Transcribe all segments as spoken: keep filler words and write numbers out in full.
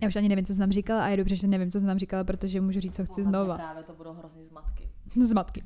Já už ani nevím, co jsem tam říkala a je dobře, že nevím, co jsem tam říkala, protože můžu říct, co chci znova. Právě to budou hrozný zmatky. Zmatky.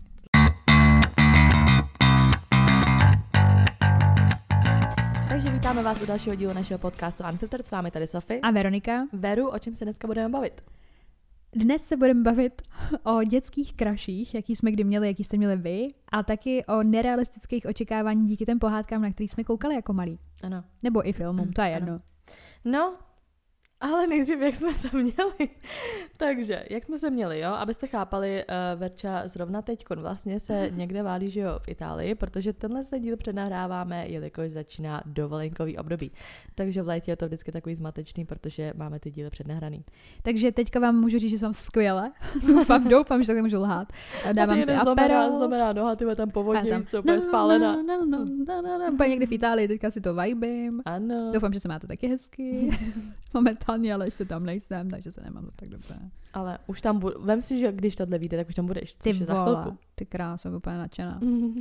Takže vítáme vás u dalšího dílu našeho podcastu Unfiltered. S vámi tady Sofie. A Veronika. Veru, o čem se dneska budeme bavit? Dnes se budeme bavit o dětských crushích, jaký jsme kdy měli, jaký jste měli vy, a taky o nerealistických očekávání díky těm pohádkám, na který jsme koukali jako malí. Ano. Nebo i filmům, to je jedno. Ano. No, ale nejdřív, jak jsme se měli. Takže, jak jsme se měli, jo? Abyste chápali, uh, Verča zrovna teďkon vlastně se někde válí, že jo, v Itálii, protože tenhle se díl přednahráváme, jelikož začíná dovolenkový období. Takže v létě je to vždycky takový zmatečný, protože máme ty díly přednahraný. Takže teďka vám můžu říct, že jsem skvěle. doufám, doufám, že takhle můžu lhát. Dávám si aperol. Znamená noha, tyhle tam povodně, tam, to úplně no, spálená. No, no, no, no, no, no. Úplně někde v Itálii, teďka si to vibím. Ano. Doufám, že se máte taky hezky. Momentálně, ale ještě tam nejsem, takže se nemám dost tak dobře. Ale už tam budu, vem si, že když tohle vyjde, tak už tam budeš, ty což je vole, za chvilku. Ty krás, jsem úplně nadšená.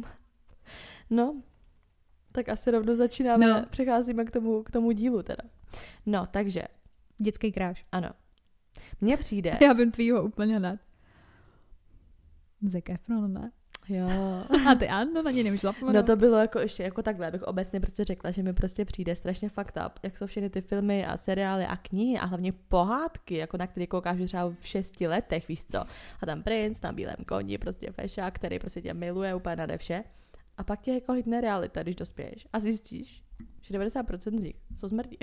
No, tak asi rovnou začínáme, no. Přecházíme k tomu, k tomu dílu teda. No, takže. Dětský kráš. Ano. Mně přijde. Já vím tvýho úplně hned. Zac Efron, ne? Jo. A ty ano, na něj nemůžu zapomenout. No to bylo jako ještě jako takhle, bych obecně prostě řekla, že mi prostě přijde strašně fucked up, jak jsou všechny ty filmy a seriály a knihy a hlavně pohádky, jako na který koukáš třeba v šesti letech, víš co. A tam princ na bílém koni, prostě fešák, který prostě tě miluje úplně nade vše. A pak tě jako hitne realita, když dospěješ a zjistíš, že devadesát procent z nich jsou zmrdí.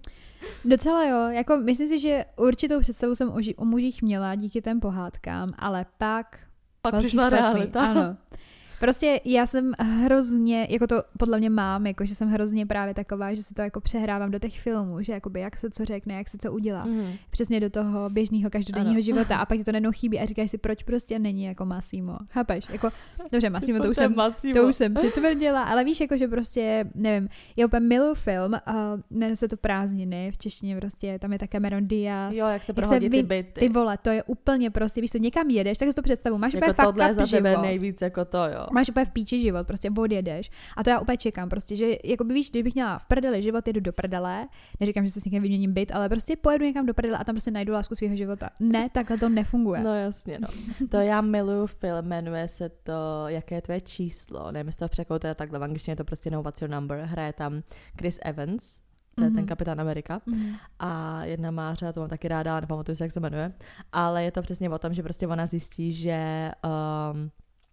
Docela jo, jako myslím si, že určitou představu jsem o, ži- o mužích měla díky těm pohádkám, ale pak Pak přišla špatný. realita. Ano. Prostě já jsem hrozně, jako to podle mě mám, jako že jsem hrozně právě taková, že se to jako přehrávám do těch filmů, že jakoby jak se co řekne, jak se co udělá. Mm. Přesně do toho běžného každodenního ano. života a pak ti to najednou chybí a říkáš si, proč prostě není jako Massimo. Chápeš? Jako, dobře, Massimo, to už, jsem, to už jsem přitvrdila, ale víš, jako že prostě, nevím, já úplně miluji film, uh, jmenuje se to Prázdniny, v češtině prostě, tam je ta Cameron Diaz. Jo, jak se prohodí ty byty. Ty vole, to je úplně prostě, víš co, někam jedeš, tak si to představu, máš jako úplně fakt tohle up za tebe život. nejvíc jako to, jo. Máš úplně v píči život, prostě odjedeš. A to já úplně čekám, prostě, že jako by víš, kdybych měla v prdeli život, jedu do prdele, neříkám, že se s někým vyměním byt, ale prostě pojedu někam do prdele a tam prostě najdu lásku svého života. Ne, takhle to nefunguje. No jasně, no. To já miluju film, jmenuje se to Jaké je tvoje číslo, nevím, jestli to překládá takhle, v angličtině je to prostě No What's Your Number, hraje tam Chris Evans, to je mm-hmm. ten kapitán Amerika. Mm-hmm. A jedna Máře, to mám taky ráda, ale nepamatuju se, jak se jmenuje. Ale je to přesně o tom, že prostě ona zjistí, že um,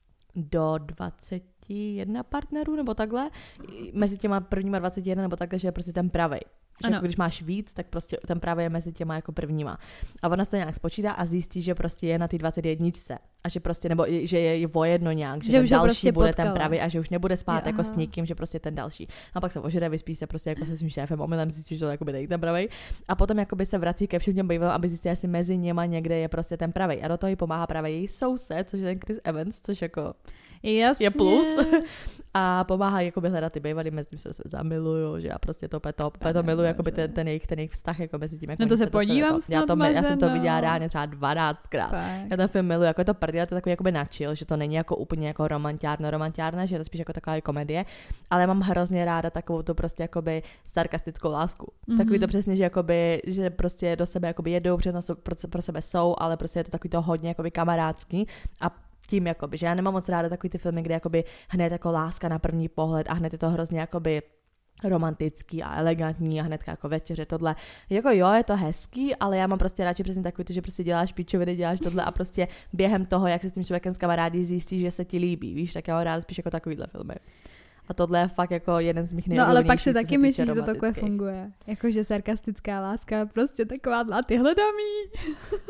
do dvaceti jedna partnerů, nebo takhle, mezi těma prvníma dvaceti jedna nebo takhle, že je prostě ten pravej. Že jako když máš víc, tak prostě ten pravej je mezi těma jako prvníma. A ona se to nějak spočítá a zjistí, že prostě je na té dvacet jedničce. A že prostě, nebo že je o jedno nějak, že, že ten další prostě bude potkala. Ten pravý a že už nebude spát je, jako aha. s nikým, že prostě ten další. A pak se ožere, vyspí se prostě jako se svým šéfem, omylem zjistí, že to jakoby není ten pravej. A potom jakoby se vrací ke všem těm bývalým, aby zjistila, jestli mezi něma někde je prostě ten pravej. A do toho jí pomáhá právě její soused, což je ten Chris Evans, což jako jasně. je plus. A pomáhá jakoby hledat ty bývalý, mezi tím se zamiluju, že já prostě to to, to miluju, jakoby ten, ten, jejich, ten jejich vztah jako mezi tím. Jako no to se podívám to, já, to, já jsem to viděla reálně třeba dvanáctkrát. Fakt. Já ten film miluju, jako je to prdě, to takový jakoby nachill, že to není jako úplně jako romantiárna, romantiárna, že je to spíš jako taková komedie, ale mám hrozně ráda takovou tu prostě jakoby sarkastickou lásku. Mm-hmm. Takový to přesně, že jakoby, že prostě do sebe jakoby jedou, protože pro, pro sebe jsou, ale prostě je to takový to hodně jakoby kamarádský a tím jakoby, že já nemám moc ráda takový ty filmy, kde jakoby hned jako láska na první pohled a hned je to hrozně jakoby romantický a elegantní a hnedka jako večeře tohle. Jako jo, je to hezký, ale já mám prostě radši přesně takový to, že prostě děláš píčoviny, děláš tohle a prostě během toho, jak se s tím člověkem s kamarádí zjistí, že se ti líbí, víš, tak já mám ráda spíš jako takovýhle filmy. A tohle je fakt jako jeden z mých nejoblíbenějších. No ale pak si taky myslíš, že to takhle funguje. Jakože sarkastická láska, prostě taková a ty hledamí.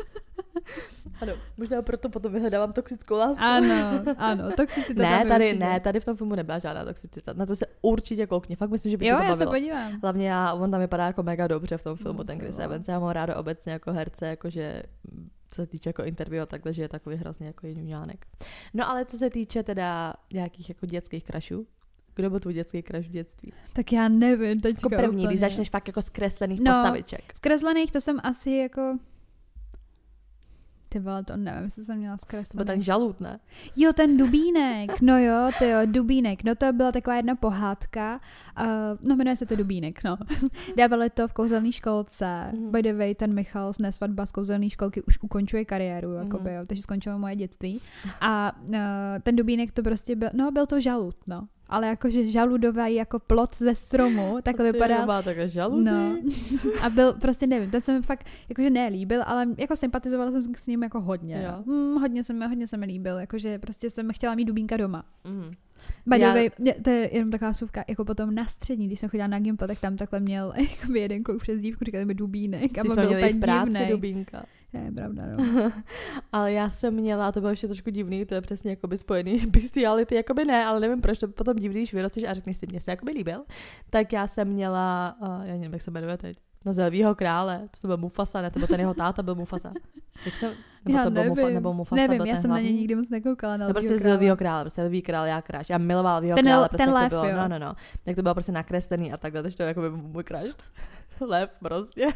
Ano, možná proto potom vyhledávám toxickou lásku. Ano, ano, toxicita. Ne, tady, ne, tady v tom filmu nebyla žádná toxicita. Na to se určitě koukni. Fakt myslím, že by jo, tě to bavilo. Jo, já se podívám. Hlavně já, on tam vypadá jako mega dobře v tom filmu, ten Chris Evans. Já mám ráda obecně jako herce, jakože co se týče jako interview a takhle, že je takový hrozně jako juňánek. No ale co se týče teda nějakých jako dětských crushů, kdo byl tvůj dětský crush v dětství? Tak já nevím, teďka jako první, úplně. když začneš fakt jako z kreslených no, postaviček. Z kreslených to jsem asi jako Ty vole, to nevím, jestli jsem měla zkreslený. Byl ten žalud, ne? Jo, ten Dubínek, no jo, ty jo, Dubínek, no to byla taková jedna pohádka, uh, no jmenuje se to Dubínek, no. Dávali to v kouzelné školce, mm-hmm. by the way, ten Michal z Nesvatba z kouzelné školky už ukončuje kariéru, mm-hmm. jakoby, jo, takže skončilo moje dětství. A uh, ten Dubínek to prostě byl, no byl to žalud, no. Ale jakože žaludový jako plot ze stromu, takhle vypadal. Má také žaludy. No. A byl prostě, nevím, ten se mi fakt jakože nelíbil, ale jako sympatizovala jsem s ním jako hodně. Jo. Hmm, hodně se mi, hodně se mi líbil, jakože prostě jsem chtěla mít Dubínka doma. Mm. By the way, to je jenom taková suvka, jako potom na střední, když jsem chodila na gimpo, tak tam takhle měl jakoby jeden kluk přes dívku, říkali mi Dubínek. A ty byl měli v práci Dubínka. To je pravda, no. Ale já jsem měla, to bylo ještě trošku divný, to je přesně jakoby spojený bestiality, jakoby ne, ale nevím proč, to potom divný, když vyrosteš a řekneš si, mě se jakoby líbil. Tak já jsem měla, uh, já nevím, jak se jmenuje teď, no Zelvího krále, co to byl Mufasa, ne, to byl ten jeho táta, byl Mufasa. Jak jsem, nebo já to byl nevím, Mufa, nebo Mufasa, nevím, byl já ten jsem hlavní. na ně nikdy moc nekoukala, na no, prostě Zelvího krále, prostě Zelví král, já kráš, já milovala Zelvího krále, prostě ten to lev, bylo, jo. no, no, no, tak to bylo prostě nakreslený a takhle, takže to je jakoby můj kráš. Lev prostě.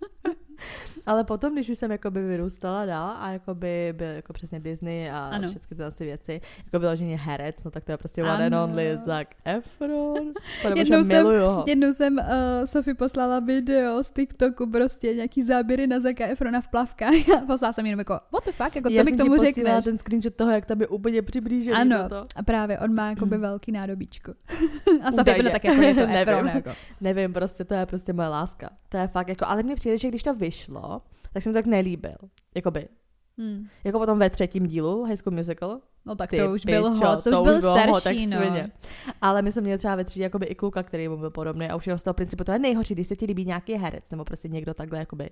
Ale potom, když už jsem jakoby vyrůstala dál a jakoby byl jako přesně Disney a ano. všechny tyhle ty věci, jako vyloženě herec, no tak to je prostě one and only Zac Efron. Jednou jsem, jednou jsem uh, Sofii poslala video z TikToku, prostě nějaký záběry na Zaca Efrona v plavkách a poslala jsem jenom jako, what the fuck, jako co já mi k tomu řekneš? Já jsem ten screenshot toho, jak tam je úplně přiblížený. Ano, to. A právě on má jakoby mm. velký nádobíčko. A Sofie byla tak jako je to Efron. Nevím, jako. nevím, prostě to je prostě moje láska. To je fakt jako, ale mně přijde, že když to vyšlo, tak jsem to tak nelíbil. Jakoby. Hmm. Jako potom ve třetím dílu High School Musical. No tak to už byl hot, to, to už byl starší, no. Svině. Ale my jsme měli třeba ve třídě jakoby i kluka, který mu byl podobný a už jenom z toho principu to je nejhorší, když se ti líbí nějaký herec nebo prostě někdo takhle jakoby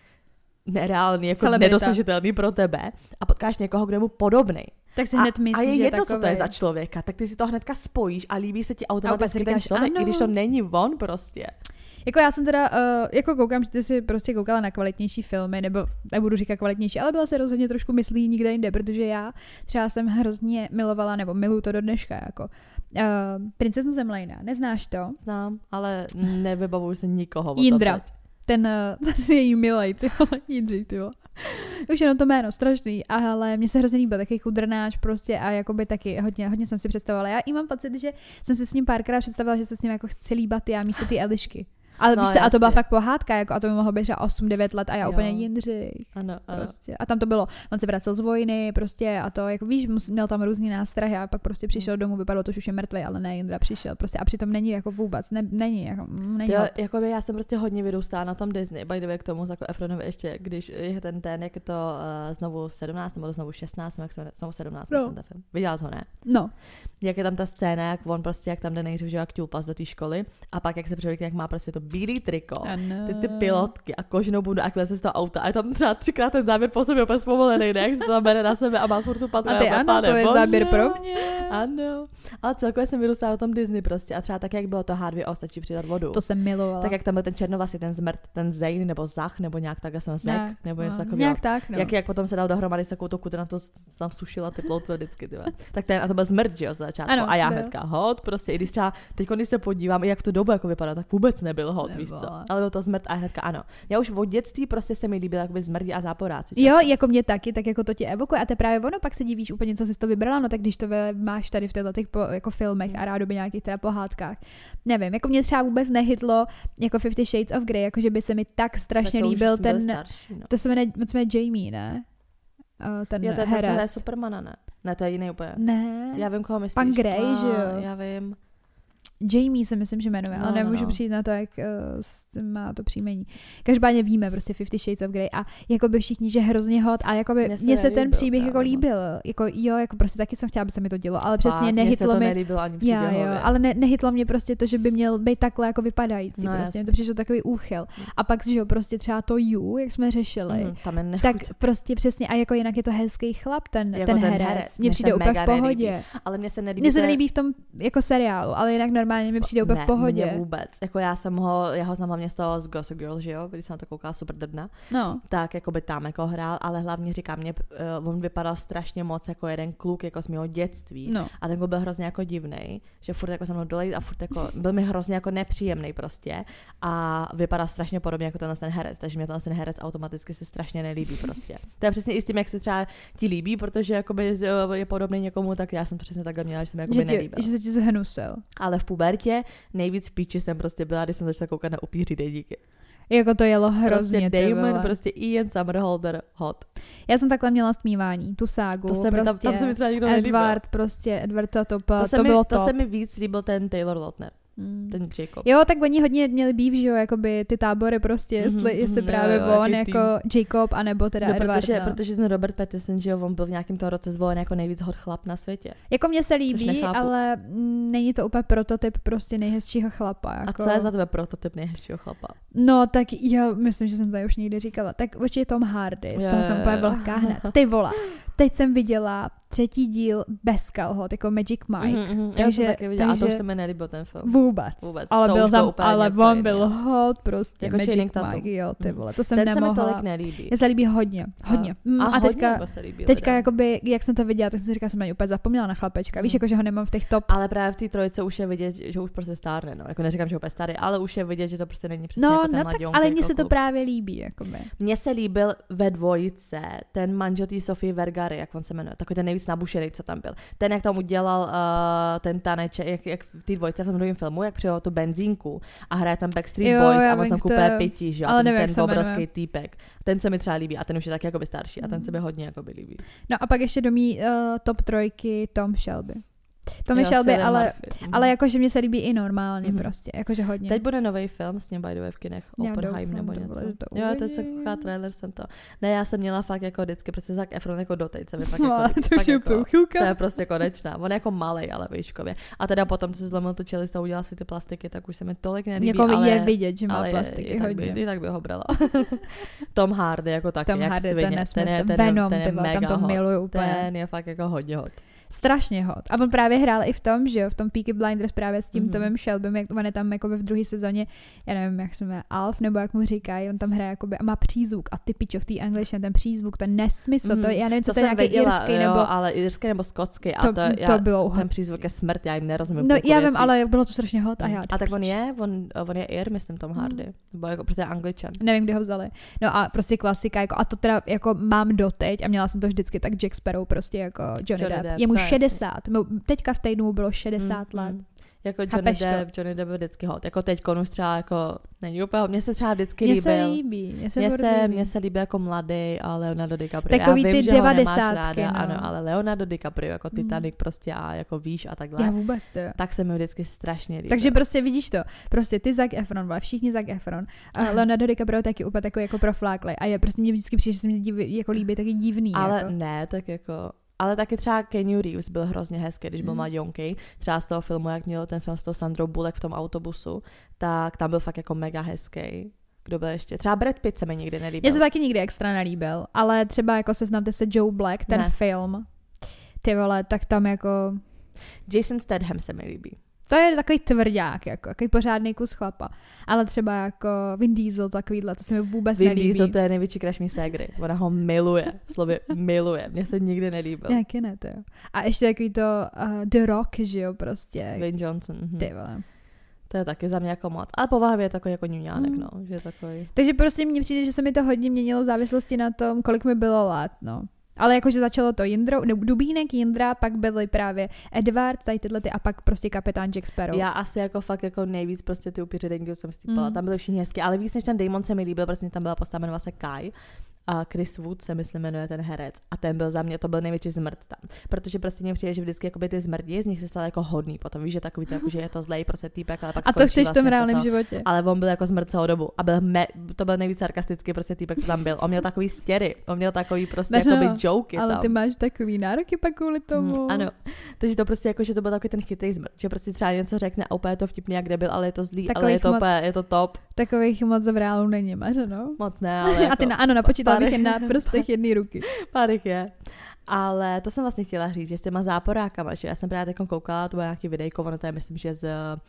nereálný, jako celebrita. Nedosažitelný pro tebe a potkáš někoho, kdo je mu podobný. Tak si hned myslíš, a je že jedno, takovej. co to je za člověka, tak ty si to hnedka spojíš a líbí se ti automaticky říkáš, ten člověk, ano. i když to není on prostě. Jako já jsem teda, uh, jako koukám, že ty si prostě koukala na kvalitnější filmy, nebo nebudu říkat kvalitnější, ale byla se rozhodně trošku myslí nikde jinde, protože já třeba jsem hrozně milovala, nebo miluju to do dneška, jako uh, Princeznu Zemlejna, neznáš to? Znám, ale nevybavuju se nikoho. Jindra, ten, uh, ten její milej, ty vole, Jindřich, ty vole. Už jenom to jméno, strašný, ale mně se hrozně líbil, takový chudrnáč prostě a jakoby taky hodně, hodně jsem si představovala. Já i mám pocit, že jsem si s ním párkrát představila, že se s ním jako chci líbat já místo ty Elišky. Ale no, a to byla fakt pohádka, jako, a to mi mohlo být třeba osm devět let a já jo. úplně Jindřich. Ano, ano. Prostě. A tam to bylo, on se vracel z vojny prostě a to, jako víš, měl tam různý nástrahy a pak prostě přišel domů, vypadalo to, že už je mrtvý, ale ne, Jindra přišel prostě a přitom není jako vůbec, ne, není jako, není jo, jako já jsem prostě hodně vyrůstala na tom Disney, by the way k tomu jako Efronovi ještě, když je ten ten, jak je to uh, znovu sedmnáct nebo znovu šestnáct, jak se znovu sedmnáct, no. myslím ten film. Viděla jsi ho, ne? No. Jak je tam ta scéna, jak on prostě, jak tam jde nejdřív, že jak ťulpas do té školy a pak jak se převlíkne, jak má prostě to bílý triko. Ty, ty pilotky a koženou bundu a klese z toho auta a je tam třeba třikrát ten záběr po sobě úplně zpomalený, ne? Jak se to tam bere na sebe a má furt tu patru. A ty ano, pane, to je bože, záběr pro mě. Ano. Ale celkově jsem vyrůstala na tom Disney prostě a třeba tak, jak bylo to H dva O, stačí přidat vodu. To jsem milovala. Tak jak tam byl ten černovlasý, ten zmrt, ten Zane nebo Zach, nebo nějak tak, jsem Zek, ne, nebo něco takového. Nějak tak, no. Jak, jak potom se dal dohromady s takovou to kutu, na to tam sušila ty ploutve vždycky, tyhle. Tak ten, a to byl zmrt, že jo, za začátku. Ano, a já hnedka hot, prostě, i když třeba, teď když se podívám, jak tu dobu jako vypadá, tak vůbec nebyl hot, víš co. Ale byl to zmrt a hnedka ano. Já už od dětství prostě se mi líbila jakoby zmrdí a záporáci. Jo, jako mě taky, tak jako to tě evokuje a te právě ono, pak se divíš úplně, co jsi to vybrala, no tak když to máš tady v těchto těch po, jako filmech hmm. a rádoby nějakých teda pohádkách. Nevím, jako mě třeba vůbec nehytlo jako Fifty Shades of Grey, jakože by se mi tak strašně tak líbil ten, starší, no. To se jmenuje, se jmenuje Jamie, ne? Uh, ten jo, to je herec. ten, co hraje Supermana, ne? Ne, to je jiný úplně. Ne. Já vím, koho myslíš. Pan Grey, ah, že jo? Já vím. Jamie se myslím, že jmenuje, no, ale nemůžu no, no. přijít na to, jak uh, má to příjmení. Každopádně víme prostě Fifty Shades of Grey a jakoby všichni, že hrozně hot a jakoby mně se, mně se ten příběh jako líbil. Jako jo, jako prostě taky jsem chtěla, aby se mi to dělo, ale přesně Fakt, nehytlo mě. Já, jo, ale ne, nehytlo mě prostě to, že by měl být takhle jako vypadající. No, prostě mě to přišlo takový úchyl. A pak, že jo, prostě třeba to You, jak jsme řešili, mm, tam je tak prostě přesně a jako jinak je to hezký chlap ten, jako ten, ten herec. herec. Mně přijde úplně v pohodě. Ale mně se nelíbí. Mně se nelíbí v tom jako seriálu, ale jinak jinak normálně mi přijde úplně ne, v pohodě. Ne, vůbec. Jako já jsem ho, já ho znám hlavně z toho z Gossip Girl, že jo, když jsem na to koukala Super drdna. No. Tak jako by tam jako hrál, ale hlavně říkám, mě, uh, on vypadal strašně moc jako jeden kluk jako z mého dětství. No. A ten byl hrozně jako divnej, že furt jako se mnou dolejít a furt jako byl mi hrozně jako nepříjemný prostě a vypadá strašně podobně jako tenhle ten herec, takže mě tenhle ten herec automaticky se strašně nelíbí prostě. To je přesně i s tím, jak se třeba ti líbí, protože jakoby je podobný někomu, tak já jsem přesně takhle měla, že jsem jakoby nelíbila. Že se ti zhnusil. Ale v pubertě nejvíc v píči jsem prostě byla, když jsem začala koukat na Upíří deníky. Jako to jelo hrozně. Prostě Damon, prostě Ian Somerhalder, hot. Já jsem takhle měla stmívání, tu ságu. To se prostě mi, tam, tam se mi třeba nikdo nelíbil. Edward, prostě, Edward to, to, to, to, to mi, bylo to top. se mi víc líbil ten Taylor Lautner. Hmm. Ten Jacob. Jo, tak oni hodně měli býv, že jo, jakoby ty tábory prostě, jestli, mm-hmm, jestli právě jo, jo, on jako tým. Jacob, anebo teda no, Edward. Protože, no. protože ten Robert Pattinson, že jo, on byl v nějakém tom roce zvolen jako nejvíc hot chlap na světě. Jako mně se líbí, ale není to úplně prototyp prostě nejhezčího chlapa. Jako. A co je za tebe prototyp nejhezčího chlapa? No, tak já myslím, že jsem to tady už někdy říkala. Tak určitě Tom Hardy, z toho je, jsem úplně vlhká hned. Ty vole, teď jsem viděla třetí díl bez kalhot, jako Magic Mike. Mm-hmm, takže, já jsem taky viděla, takže, a to už se mi nelíbil ten film. Vůbec. vůbec. Ale to byl tam, ale on jiný. byl hot prostě. Jako Magic Mike, tatu. jo, ty vole, to jsem ten nemohla. se mi tolik nelíbí. Mně se líbí hodně, hodně. A, a, a teďka, hodně se líbí teďka lidem. jakoby, jak jsem to viděla, tak jsem si říkala, jsem na ně úplně zapomněla na chlapečka. Víš, mm. jako, že ho nemám v těch top. Ale právě v té trojice už je vidět, že už prostě stárne, no. Jako neříkám, že úplně starý, ale už je vidět, že to prostě není přesně no, jako ten no, mladionky. tak, ale mně jako se to kluk. právě líbí, jakoby. Mně se líbil ve dvojice ten manžel té Sofie Vergary, jak on se jmenuje, takový ten nejvíc nabušený, co tam byl. Ten, jak tomu dělal uh, ten taneček, jak, jak v té dvojice v tom druhém filmu, jak přijel tu benzínku a hraje tam Backstreet jo, Boys a on tam to... kupuje pití, že jo, a ten, nevím, ten obrovský týpek. Ten se mi třeba líbí a ten už je taky jakoby starší a ten se mi hodně jakoby líbí. No a pak ještě do mý uh, top trojky Tom Shelby. Tom jo, Shelby, ale, Murphy. ale jakože mě se líbí i normálně mm-hmm. prostě, jakože hodně. Teď bude nový film s ním by the way v kinech, Oppenheim nebo něco. To jo, teď jsem koukala trailer, jsem to. Ne, já jsem měla fakt jako vždycky prostě Zac Efron jako doteď se mi fakt no, jako líbí. To už je jako, chvilka. To je prostě konečná. On je jako malej, ale výškově. A teda potom, co se zlomil tu čelist a udělal si ty plastiky, tak už se mi tolik nelíbí, jako ale je vidět, že má ale plastiky je, je, hodně. Tak by, tak by ho brala. Tom Hardy jako taky, Tom jak Hardy, svině. ten Ten je, ten Venom, je, ten je mega tam to hot. miluju úplně. Ten je fakt jako hodně hot. Strašně hot. A on právě hrál i v tom, že jo, v tom Peaky Blinders právě s tím mm-hmm. Tomem Shelbym, jak on je tam jako v druhé sezóně, já nevím, jak se jmenuje, Alf, nebo jak mu říkají, on tam hraje jakoby a má přízvuk a ty pičo v té angličtině, ten přízvuk, to je nesmysl, mm-hmm. to já nevím, co to, to je nějaký věděla, irský, jo, nebo... ale irský nebo skotský, a to, to, to já, bylo... ten přízvuk je smrt, já jim nerozumím. No já vím, věcí. ale bylo to strašně hot a já... A tak on je, on, on je Ir, myslím, Tom Hardy, mm. nebo jako prostě Angličan. Nevím, kde ho vzali. No a prostě klasika, jako, a to teda jako mám doteď a měla jsem to vždycky tak Jack Sparrow prostě jako Johnny, Johnny Depp. Depp. Je mu šedesát, teďka v týdnu mu bylo šedesát mm, let. Mm. Jako Johnny Depp, Johnny Depp je vždycky hot. Jako teď už třeba jako není úplně, mně se třeba vždycky mně líbil. Mně se líbí. Mně se, mně se, líbí. mně se líbí jako mladý a Leonardo DiCaprio. Takový já vím, ty že devadesátky, ho nemáš ráda, no. ano, ale Leonardo DiCaprio jako Titanic mm. prostě a jako víš a takhle. Já vůbec to. Tak se mi vždycky strašně líbil. Takže prostě vidíš to. Prostě ty Zac Efron, vole, všichni Zac Efron. A Leonardo DiCaprio taky úplně takový jako profláklej. A je prostě mě vždycky přijde, že se mi diví, jako líbí taky divný. Ale jako. ne, tak jako... Ale taky třeba Keanu Reeves byl hrozně hezký, když byl mm. mladionký. Třeba z toho filmu, jak měl ten film s tou Sandrou Bullock v tom autobusu, tak tam byl fakt jako mega hezký. Kdo byl ještě? Třeba Brad Pitt se mi nikdy nelíbil. Mně se taky nikdy extra nelíbil, ale třeba jako seznamte se Joe Black, ten ne. film. Ty vole, tak tam jako... Jason Statham se mi líbí. To je takový tvrdák, jako takový pořádný kus chlapa. Ale třeba jako Vin Diesel, takovýhle, to se mi vůbec Vin nelíbí. Vin Diesel, to je největší crush mý ségry. Ona ho miluje, slovy miluje. Mně se nikdy nelíbil. Nějaký ne, to jo. A ještě takový to uh, The Rock, že jo, prostě. Dwayne Johnson. Mhm. Ty vole. To je taky za mě jako moc. Ale povahově je takový jako ňuňánek, mm. no. Že je takový... Takže prostě mně přijde, že se mi to hodně měnilo v závislosti na tom, kolik mi bylo let, no. Ale jakože začalo to Jindrou, nebo Dubínek, Jindra, pak byly právě Edward, tady tyhle ty, a pak prostě kapitán Jack Sparrow. Já asi jako fakt jako nejvíc prostě ty upíře denky jsem stýpala. Mm. Tam byly všichni hezky, ale víc než ten Damon se mi líbil, protože tam byla postava, jmenovala se Kai. A Chris Wood se myslím jmenuje ten herec a ten byl za mě, to byl největší zmrt tam, protože prostě mě přijde, že vždycky jakoby ty zmrdí z nich se stali jako hodný, potom víš, že takový to jako, že je to zlej prostě týpek, ale pak a to chceš vlastně v tom reálném životě. Ale on byl jako zmrt celou dobu a byl me, to byl nejvíc sarkastický prostě týpek, co tam byl. On měl takový stěry, on měl takový prostě Dařo, jakoby joky ale tam. ty máš takový nároky pak kvůli tomu. Mm, ano, takže to prostě jako, že to byl takový ten chytrý zmrt, že prostě třeba něco řekne a úplně je to vtipný, jak debil, ale je to zlý, takových ale je to, moc, úplně, je to top. Takových moc v reálu není, máš, no? Moc ne, ale a ty jako, na, ano, na počítači Řekla bych jen na prstech jedné ruky. Pár jich je. Ale to jsem vlastně chtěla říct, že s těma záporákama, že já jsem právě teď koukala, to bylo nějaký videjko, ono to je myslím, že z,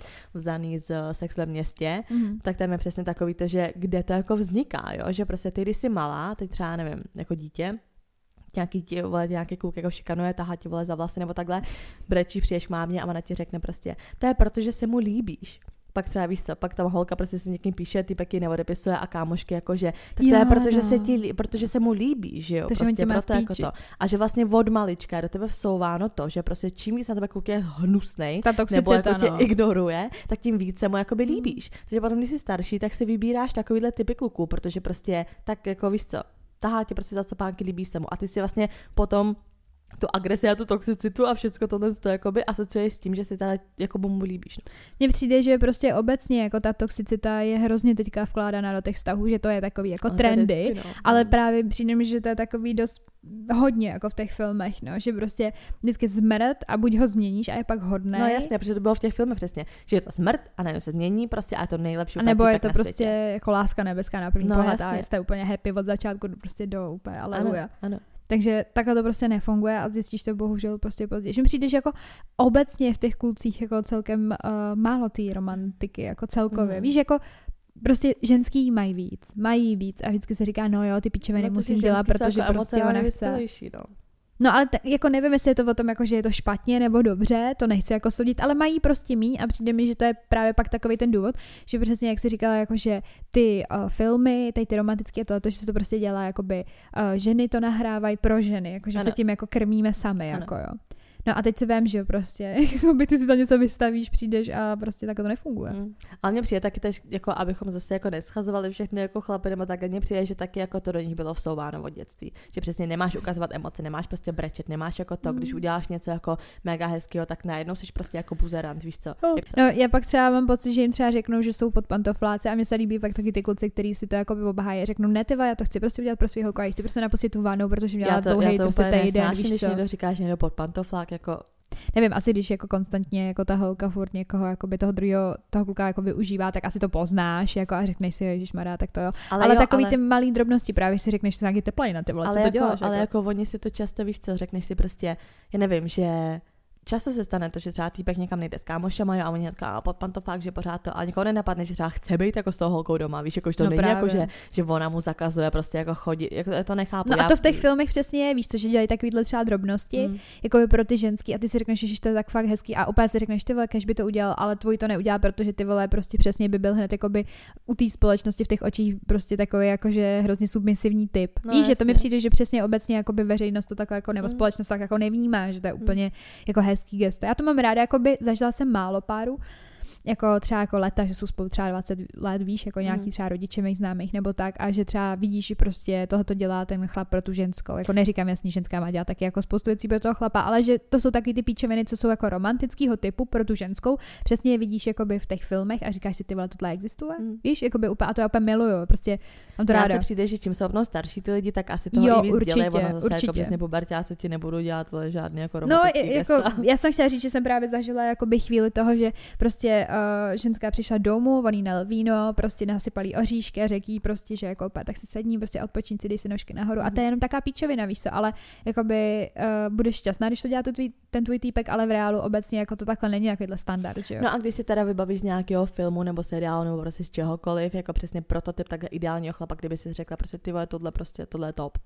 vzaný z Sex ve městě, mm. tak tam je přesně takový to, že kde to jako vzniká, jo? Že prostě ty, když jsi malá, teď třeba nevím, jako dítě, nějaký, ti, vole, nějaký kluk jako šikanuje, tahá ti vole za vlasy nebo takhle, brečí, přijdeš k mámě a ona ti řekne prostě, to je proto, že se mu líbíš. Pak třeba víš co, pak tam holka prostě si s někým píše, týpek ji neodepisuje a kámošky jakože, tak to jo, je proto, že, no. se ti, protože se mu líbí, že jo, to prostě proto jako to. A že vlastně od malička je do tebe vsouváno to, že prostě čím víc na tebe kluk je hnusnej, nebo jako tě no. ignoruje, tak tím víc se mu jakoby líbíš. Hmm. Takže potom, když jsi starší, tak si vybíráš takovýhle typy kluků, protože prostě tak jako víš co, tahá tě prostě za copánky, líbí se mu a ty si vlastně potom tu agresi a tu toxicitu a všecko tohle to jakoby asociuješ s tím, že si tady jako mu líbíš. Mně přijde, že prostě obecně jako ta toxicita je hrozně teďka vkládaná do těch vztahů, že to je takový jako ale trendy, vždycky, no. Ale právě přijde mi, že to je takový dost hodně jako v těch filmech, no, že prostě vždycky zmrt a buď ho změníš a je pak hodnej. No jasně, protože to bylo v těch filmech přesně, že je to smrt a najednou se změní prostě a je to nejlepší. A nebo je to prostě světě. Jako láska nebeská na první no, pohled a jste úplně happy od začátku prostě do úplně aleluja. Ano, ano. Takže takhle to prostě nefunguje a zjistíš to bohužel prostě později. Že mi přijde, že jako obecně v těch klucích jako celkem uh, málo té romantiky, jako celkově. Mm. Víš, jako prostě ženský mají víc, mají víc a vždycky se říká, no jo, ty pičoviny no, musím dělat, protože jako prostě ona chce. No. No ale t- jako nevím, jestli je to o tom, jako, že je to špatně nebo dobře, to nechci jako soudit, ale mají prostě míň a přijde mi, že to je právě pak takový ten důvod, že přesně jak jsi říkala, jako, že ty uh, filmy, tady ty romantické, to, to, že se to prostě dělá, jakoby uh, ženy to nahrávají pro ženy, jako, že ano. se tím jako krmíme sami, jako jo. No a teď se vím, že prostě, by ty si tam něco vystavíš, přijdeš a prostě takhle to nefunguje. Mm. Ale mně přijde taky tež, jako abychom zase jako neschazovali všechny jako chlapy, nebo tak, mně přijde, že taky jako to do nich bylo vsouváno od dětství. Že přesně nemáš ukazovat emoce, nemáš prostě brečet, nemáš jako to, mm. když uděláš něco jako mega hezkýho, tak najednou jsi prostě jako buzerant, víš co? No, no já pak třeba mám pocit, že jim třeba řeknou, že jsou pod pantofláci a mně se líbí pak taky ty kluci, kteří si to jako obhájí, řeknou, ne ty, já to chci prostě udělat pro svého holku, chci prostě napustit tu vanu, protože měla dlouhý to se týden, víš co? Někdo říká, že někdo pod pantoflák jako nevím, asi když jako konstantně jako ta holka furt někoho jakoby toho druhého toho kluka jako využívá, tak asi to poznáš jako a řekneš si, ježišmarja, tak to jo. Ale, ale jo, takový ale... ty malý drobnosti právě si řekneš, že se nějaký teplej ty vole, co to jako, děláš? Ale jako? jako oni si to často víš co, řekneš si prostě, já nevím, že často se stane to, že třeba týpek někam nejde s kámošema a oni říká, pod pantofák, že pořád to, a nikoho nenapadne, že třeba chce být jako s tou holkou doma, víš, jako že to no není právě. Jako, že, že ona mu zakazuje prostě jako chodit, jako to nechápu. No já... a to v těch filmech přesně je, víš co, že dělají takovýhle třeba drobnosti, hmm. jako by pro ty ženský a ty si řekneš, že to je tak fakt hezký a opět si řekneš, ty vole, kež by to udělal, ale tvůj to neudělá, protože ty vole prostě přesně by byl hned jakoby u té společnosti v těch očích prostě takový jakože hrozně submisivní typ. No, víš, že to mi přijde, že přesně obecně jakoby veřejnost to takhle jako nebo hmm. společnost tak jako nevnímá, že to je úplně hmm. jako hezký gesto. Já to mám ráda, jakoby zažila jsem málo párů, jako třeba jako leta, že jsou spolu třeba dvacet let, víš, jako nějaký třeba rodiče mých známých nebo tak a že třeba vidíš, že prostě tohoto dělá ten chlap pro tu ženskou. Jako neříkám jasně, ženská má dělat taky jako spoustu věcí pro toho chlapa, ale že to jsou taky ty píčoviny, co jsou jako romantického typu pro tu ženskou. Přesně je vidíš jakoby v těch filmech a říkáš si, ty vole, tohle existuje. Mm. Víš, jakoby úplně, a to já úplně miluju, prostě mám to ráda. Já se přijde, že čím jsou mnou starší ty lidi, tak asi toho jo, i víc určitě, dělají, ono zase určitě. Jako přesně puberťáci ti nebudou dělat vole, žádný jako romantický no, jako, já jsem chtěla říct, že jsem právě zažila jakoby chvíli toho, že prostě uh, ženská přišla domů, on jí nalil víno, prostě nasypalý oříšky a řekl jí prostě, že jako tak si sední, prostě odpočíň si, dej si nožky nahoru. Mm. A to je jenom taká píčovina, víš co, ale jakoby uh, budeš šťastná, když to dělá to tvý, ten tvůj týpek, ale v reálu obecně jako to takhle není jakýhle standard, že jo. No a když si teda vybavíš z nějakého filmu nebo seriálu nebo prostě z čehokoliv, jako přesně prototyp takhle ideálního chlapa, kdyby si řekla prostě ty vole, tohle prostě, tohle je top.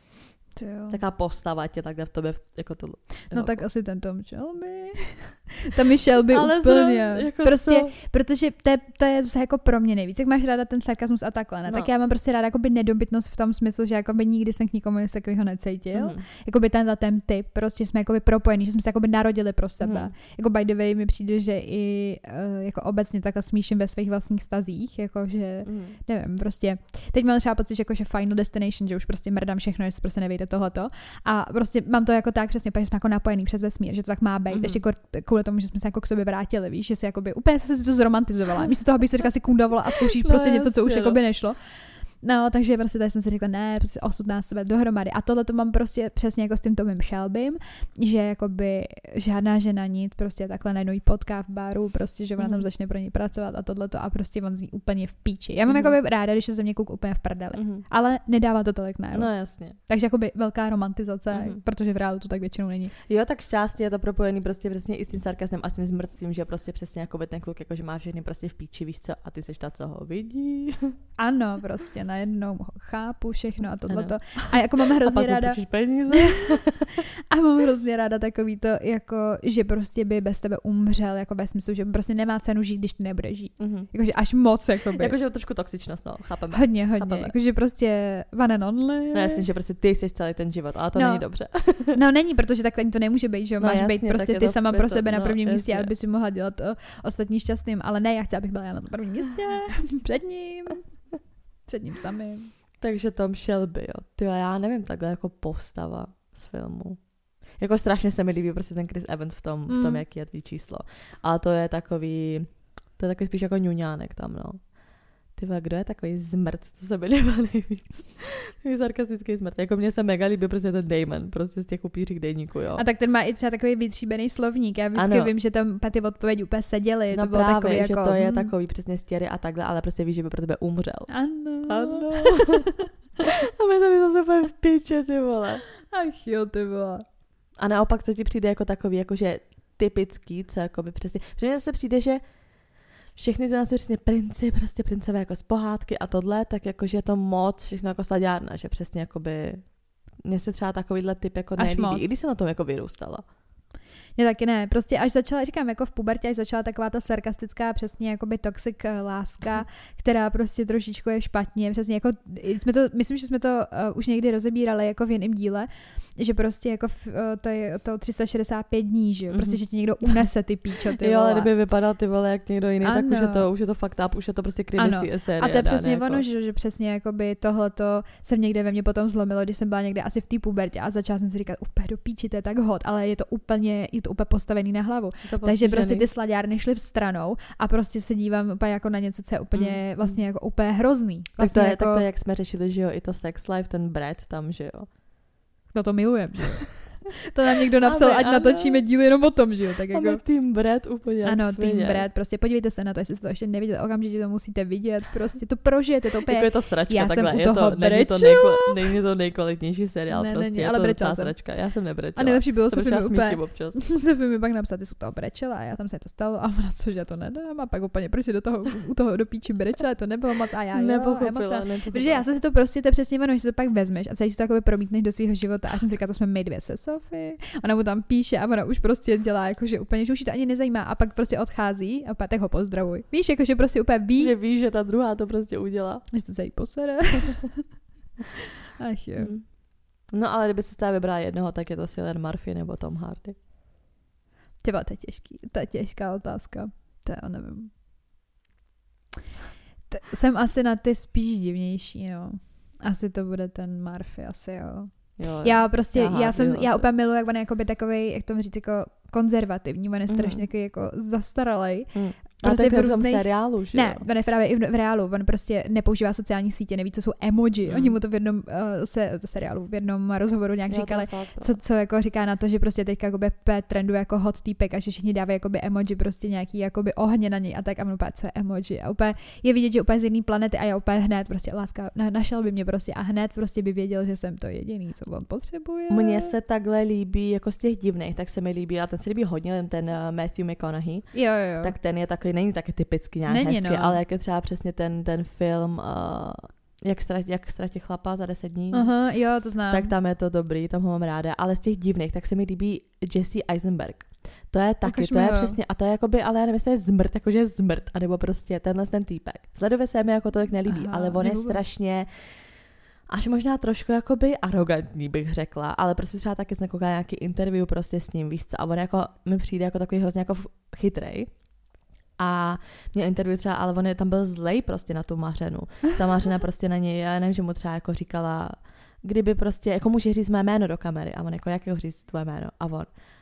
Taká postava tě takhle v tobě jako to. No tak asi ten Tom Shelby. Ta mi Shelby úplně. Jako prostě, co? Protože to je, to je zase jako pro mě nejvíc. Jak máš ráda ten sarkazmus a takhle, ne? No. Tak já mám prostě ráda jakoby nedobytnost v tom smyslu, že jakoby nikdy jsem k nikomu nic takového necítil. Mm. Jakoby tenhle ten typ, prostě jsme jakoby propojení, že jsme se jakoby narodili pro sebe. Mm. Jako by the way mi přijde, že i uh, jako obecně takhle smíším ve svých vlastních stazích, jakože mm. nevím, prostě teď mám třeba pocit, že jakože Final Destination, že už prostě mrdám všechno, jestli prostě nevyjde tohleto. A prostě mám to jako tak přesně, protože jsme jako napojený přes vesmír, že to tak má být. Mm-hmm. Ještě kvůli tomu, že jsme se jako k sobě vrátili, víš, že si jakoby úplně se si to zromantizovala. Místo toho, abych si říkala, si kundovala a zkoušíš prostě no, něco, co už jako by nešlo. No, takže prostě tady jsem si řekla, ne, prostě osud nás sebe dohromady. A tohle to mám prostě přesně jako s tím Tomem Shelbym, že jakoby žádná žena nic, prostě takhle najednou jí potká v baru, prostě, že ona mm. tam začne pro ní pracovat a tohleto a prostě on zní úplně v píči. Já mám mm. jakoby ráda, když se ze mě kouk úplně v prdeli, mm. ale nedává to tolik najevo. No jasně. Takže jakoby velká romantizace, mm. protože v reálu to tak většinou není. Jo, tak šťastně je to propojený prostě přesně i s tím sarkazmem a s tím zmrtvím, že prostě přesně jakoby ten kluk jakože má všechny prostě v píči, víš co, a ty seš ta, co ho vidí. Ano, prostě najednou chápu všechno a tohleto. A jako mám hrozně ráda. peníze. A mám hrozně ráda takový to, jako, že prostě by bez tebe umřel, jako ve smyslu, že prostě nemá cenu žít, když ty nebudeš žít. Mm-hmm. Jakože až moc, jakoby. Jakože trošku toxičnost, no, chápeme. Hodně, hodně. Chápeme. Jakože prostě one and only. No jasně, že prostě ty jsi celý ten život, ale to no. není dobře. No není, protože tak to nemůže být, že jo, no, máš jasně, být prostě ty to, sama pro to, sebe no, na prvním jasně. místě, aby si mohla dělat to ostatní šťastným, ale ne, já chci, abych byla já na tom prvním místě, před ním, před ním samým. Takže Tom Shelby, jo. Ty, já nevím, takhle jako postava z filmu. Jako strašně se mi líbí prostě ten Chris Evans v tom, v tom mm. jaký je tvý číslo. Ale to je takový, to je takový spíš jako ňuňánek tam, no. Ty vole, kdo je takový zmrt, co se mi líbá nejvíc? Takový sarkastický zmrt. Jako mně se mega líbí prostě ten Damon, prostě z těch upířích dejníků, jo. A tak ten má i třeba takový vytříbený slovník. Já vždycky ano. vím, že tam ty odpovědi úplně seděly. No to bylo právě, takový že jako, to je hmm. takový přesně stěry a takhle, ale prostě víš, že by pro tebe umřel. Ano. Ano. A my tady zase úplně v piče, ty vole. Ach jo, ty vole. A naopak, co ti přijde jako takový, jakože typický, co jakoby přesně, protože mně zase přijde, že všechny ty nás přesně princi, prostě princové jako z pohádky a tohle, tak jakože je to moc všechno jako slaďárna, že přesně jakoby, mně se třeba takovýhle typ jako až nelíbí, moc. I když jsem na tom jako vyrůstala. Mě taky ne, prostě až začala, říkám, jako v pubertě, až začala taková ta sarkastická, přesně jakoby toxic láska, která prostě trošičku je špatně, přesně jako, jsme to, myslím, že jsme to uh, už někdy rozebírali jako v jiném díle, že prostě jako v, uh, to je to tři sta šedesát pět dní, že jo, prostě, že ti někdo unese ty píčo, ty vole. Jo, ale kdyby vypadal ty vole jak někdo jiný, ano. tak už je to, už je to fakt up, už je to prostě krimi série. A to je přesně jako. ono, že, že přesně jakoby tohleto se někde ve mně potom zlomilo, když jsem byla někde asi v té pubertě a začala jsem si říkat, úplně do píči, to je tak hot, ale je to úplně, je to úplně postavený na hlavu. Takže prostě ty slaďárny šly v stranou a prostě se dívám úplně jako na něco, co je úplně, mm. vlastně jako úplně hrozný. Vlastně tak, to je, jako... tak to je, jak jsme řešili, že jo, i to Sex Life, ten Brad tam, že jo. No to milujem, že jo. To nám někdo napsal, ano, ať ano. natočíme díl jenom o tom, že jo. Tak jako... Ano, Team Brad úplně. Ano, Team Brad, prostě podívejte se na to, jestli jste to ještě neviděli, okamžitě to musíte vidět, prostě to prožijete, to úplně... Jako je to sračka, já takhle, jsem je u toho to, není to, nejkvali, není to nejkvalitnější seriál, ne, prostě není, je ale to docela sračka, já jsem nebrečela. A nejlepší bylo Sofie mi úplně, Sofie mi pak napsat, ty jsi u toho brečela a já tam se to stalo a ona, cože já to nedám a pak úplně, proč si do toho, u toho do píči brečela, to nebylo moc a já jo, nepochopila, protože já jsem si to prostě, to je přesně ono, že si to pak vezmeš a celý si to takové promítneš do svého života a já jsem si říkala, to jsme my dvě se Sofie, ona mu tam píše a ona už prostě dělá, jakože úplně, že už jí to ani nezajímá a pak prostě odchází a pak tak ho pozdravuj. Víš, jakože prostě úplně ví. Že ví, že ta druhá to prostě udělá. Že to celý posere. Ach jo. Hmm. No ale kdyby se stále vybrala jednoho, tak je to Cillian Murphy nebo Tom Hardy. Těba, to je těžký, to je těžká otázka. To já nevím. T- jsem asi na ty spíš divnější, no. Asi to bude ten Murphy, asi jo. Jo, já prostě, já, já jsem, vlastně. já úplně miluji, jak on je jakoby takovej, jak to říct, jako konzervativní, on je strašně mm. jako zastaralej. Mm. Prostě a to je v různej... tom seriálu, že Ne, on je právě i v, v reálu, on prostě nepoužívá sociální sítě, neví, co jsou emoji. Mm. Oni mu to v jednom uh, se, to seriálu, v jednom rozhovoru nějak jo, říkali, fakt, co, co jako říká na to, že prostě teďka jakoby trenduje jako hot týpek a že všichni dávají jakoby emoji, prostě nějaký jakoby ohně na něj a tak a on úplně, co je emoji. A úplně je vidět, že úplně z jiné planety a já úplně hned prostě láska, na, našel by mě prostě a hned prostě by věděl, že jsem to jediný, co on potřebuje. Mně se takhle líbí, jako z těch divných, tak se mi líbí, ale ten se líbí hodně, ten uh, Matthew McConaughey. Jo, jo, jo. Tak ten je takový, není taky typický nějak není, hezky, no. ale jak je třeba přesně ten, ten film uh, jak, ztrat, jak ztratit chlapa za deset dní. Aha, jo, to znám. Tak tam je to dobrý, tam ho mám ráda, ale z těch divných, tak se mi líbí Jesse Eisenberg. To je taky, to je jo. Přesně, a to je jakoby, ale já nevím, jestli je zmrt, jakože je zmrt, anebo prostě tenhle ten týpek. Sledově se mi jako tolik nelíbí, aha, ale on je strašně až možná trošku jakoby arrogantní, bych řekla, ale prostě třeba taky jsem koukala nějaký interview prostě s ním, víš co, a on jako mi přijde jako takový hrozně jako chytrej. A měl interview třeba, ale on je, tam byl zlej prostě na tu Mařenu. Ta Mařena prostě na něj, já nevím, že mu třeba jako říkala, kdyby prostě, jako může říct mé jméno do kamery. A on jako, jak ho říct tvoje jméno? A on,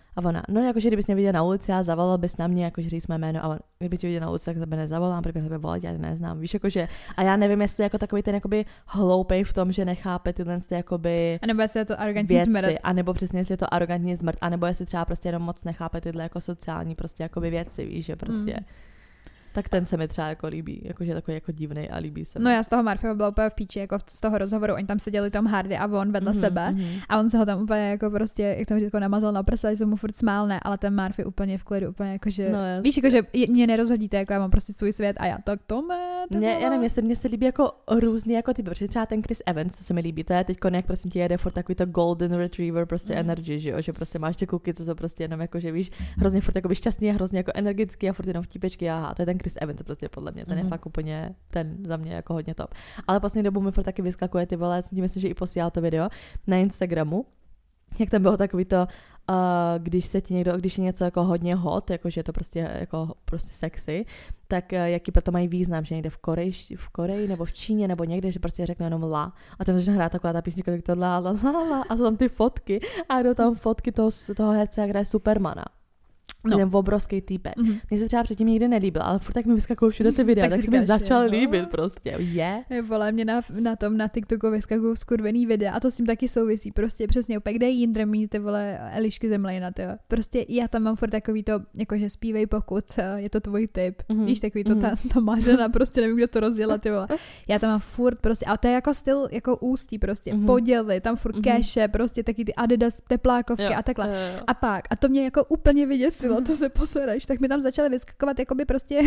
A ona, no jakože kdybys mě viděl na ulici a zavolal bys na mě, jakože říct mé jméno, a on, kdyby tě viděl na ulici, tak tebe nezavolám, protože tebe volat, já tě neznám, víš, jakože, a já nevím, jestli jako takový ten jakoby hloupej v tom, že nechápe tyhle ty jakoby a nebo jestli je to arrogantní zmrt. A nebo přesně jestli je to arrogantní zmrt, a nebo jestli třeba prostě jenom moc nechápe tyhle jako sociální prostě jakoby věci, víš, že prostě. Mm. Tak ten se mi třeba jako líbí, jakože takový jako divnej a líbí se mi. No já z toho Murphyho byla úplně v píči, jako z toho rozhovoru, oni tam seděli Tom Hardy a on vedle mm-hmm, sebe mm-hmm. a on se ho tam úplně jako prostě, jak to jako namazal na prsa, že se mu furt smál, ne, ale ten Murphy úplně v klidu, úplně jakože, no, víš, jakože mě nerozhodíte, jako já mám prostě svůj svět a já tak to mé, Mně, já nevím, mně se, mně se líbí jako různý jako ty, protože třeba ten Chris Evans, co se mi líbí, to je teď jak prosím tě jede furt takový to golden retriever prostě mm. energy, že jo, že prostě máš ty kluky, co jsou prostě jenom jako, že víš, hrozně furt jako šťastný a hrozně jako energický a furt jenom vtípečky, aha, to je ten Chris Evans prostě podle mě, ten mm. je fakt úplně, ten za mě jako hodně top. Ale poslední dobu mi furt taky vyskakuje ty vole, jsem ti myslím, že i posílal to video na Instagramu, jak tam bylo takový to, uh, když se ti někdo, když je něco jako hodně hot, jakože je to prostě jako prostě sexy, tak uh, jaký proto mají význam, že někde v Koreji, v Koreji nebo v Číně nebo někde, že prostě řekne jenom la a tam začne hrát taková ta písnička, tak to la la la la a jsou tam ty fotky a jdou tam fotky toho, toho herce, jak hraje Supermana. No. Ten obrovský týpek. Mm-hmm. Mně se třeba předtím nikdy nelíbil, ale furt tak mi vyskakují všude ty videa, tak, tak se mi začal je, líbit no. prostě. Je. Yeah. Vole, mě na, na tom na TikToku vyskakují skurvený videa a to s tím taky souvisí. Prostě přesně úplně, kde je jindra mít ty vole Elišky Zemlejna, tyjo. Prostě já tam mám furt takový to, jakože zpívej pokud, je to tvůj typ. Mm-hmm. Víš, takový to mm-hmm. ta, ta mařena, prostě nevím, kdo to rozjela, ty vole. Já tam mám furt prostě, a to je jako styl, jako ústí prostě, mm-hmm. poděly, tam furt mm-hmm. keše, prostě taky ty Adidas teplákovky jo. a takhle. Jo, jo. A pak, a to mě jako úplně vyděsilo, to se posereš, tak mi tam začaly vyskakovat jakoby prostě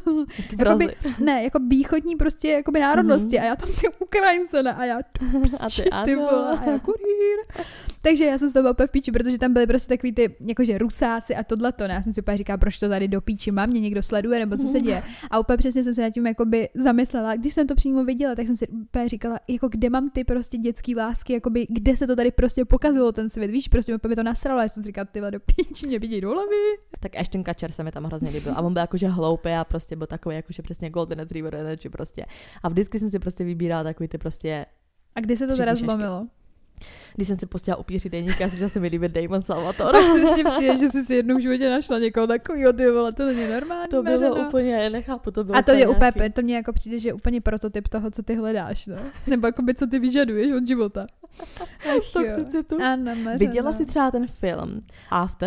jakoby, ne, jako východní prostě jakoby národnosti mm-hmm. a já tam ty Ukrajince ne, a já a ty, ty vole, a já kurýr. Takže já jsem z toho úplně v píči, protože tam byly prostě takový ty jakože Rusáci a tohleto. Já jsem si úplně říkala, proč to tady do píči mám, mě někdo sleduje nebo co se děje. A úplně přesně jsem se nad tím jakoby zamyslela. Když jsem to přímo viděla, tak jsem si úplně říkala, jako kde mám ty prostě dětský lásky, jakoby kde se to tady prostě pokazilo ten svět. Víš, prostě úplně mi to nasralo, já jsem si říkala, tyhle do píči, mě vidějí do hlavy. Tak Ashton Kutcher se mi tam hrozně líbil. A on byl jakože hloupý a prostě byl takový jakože přesně golden retriever energy prostě. A vždycky jsem si prostě vybírala takový ty prostě. A kdy se to teda zlomilo? Když jsem si pustila upíři deníka, že se mi líbí Damon Salvatore. Tak si s tím přijde, že jsi si jednou v životě našla někoho takovýho, ty vole, to není normální. To bylo meřeno. Úplně, nechápu, to bylo a to je nějaký... úplně, to mě jako přijde, že je úplně prototyp toho, co ty hledáš, no? Nebo jakoby, co ty vyžaduješ od života. Toxicitu. Viděla jsi třeba ten film After?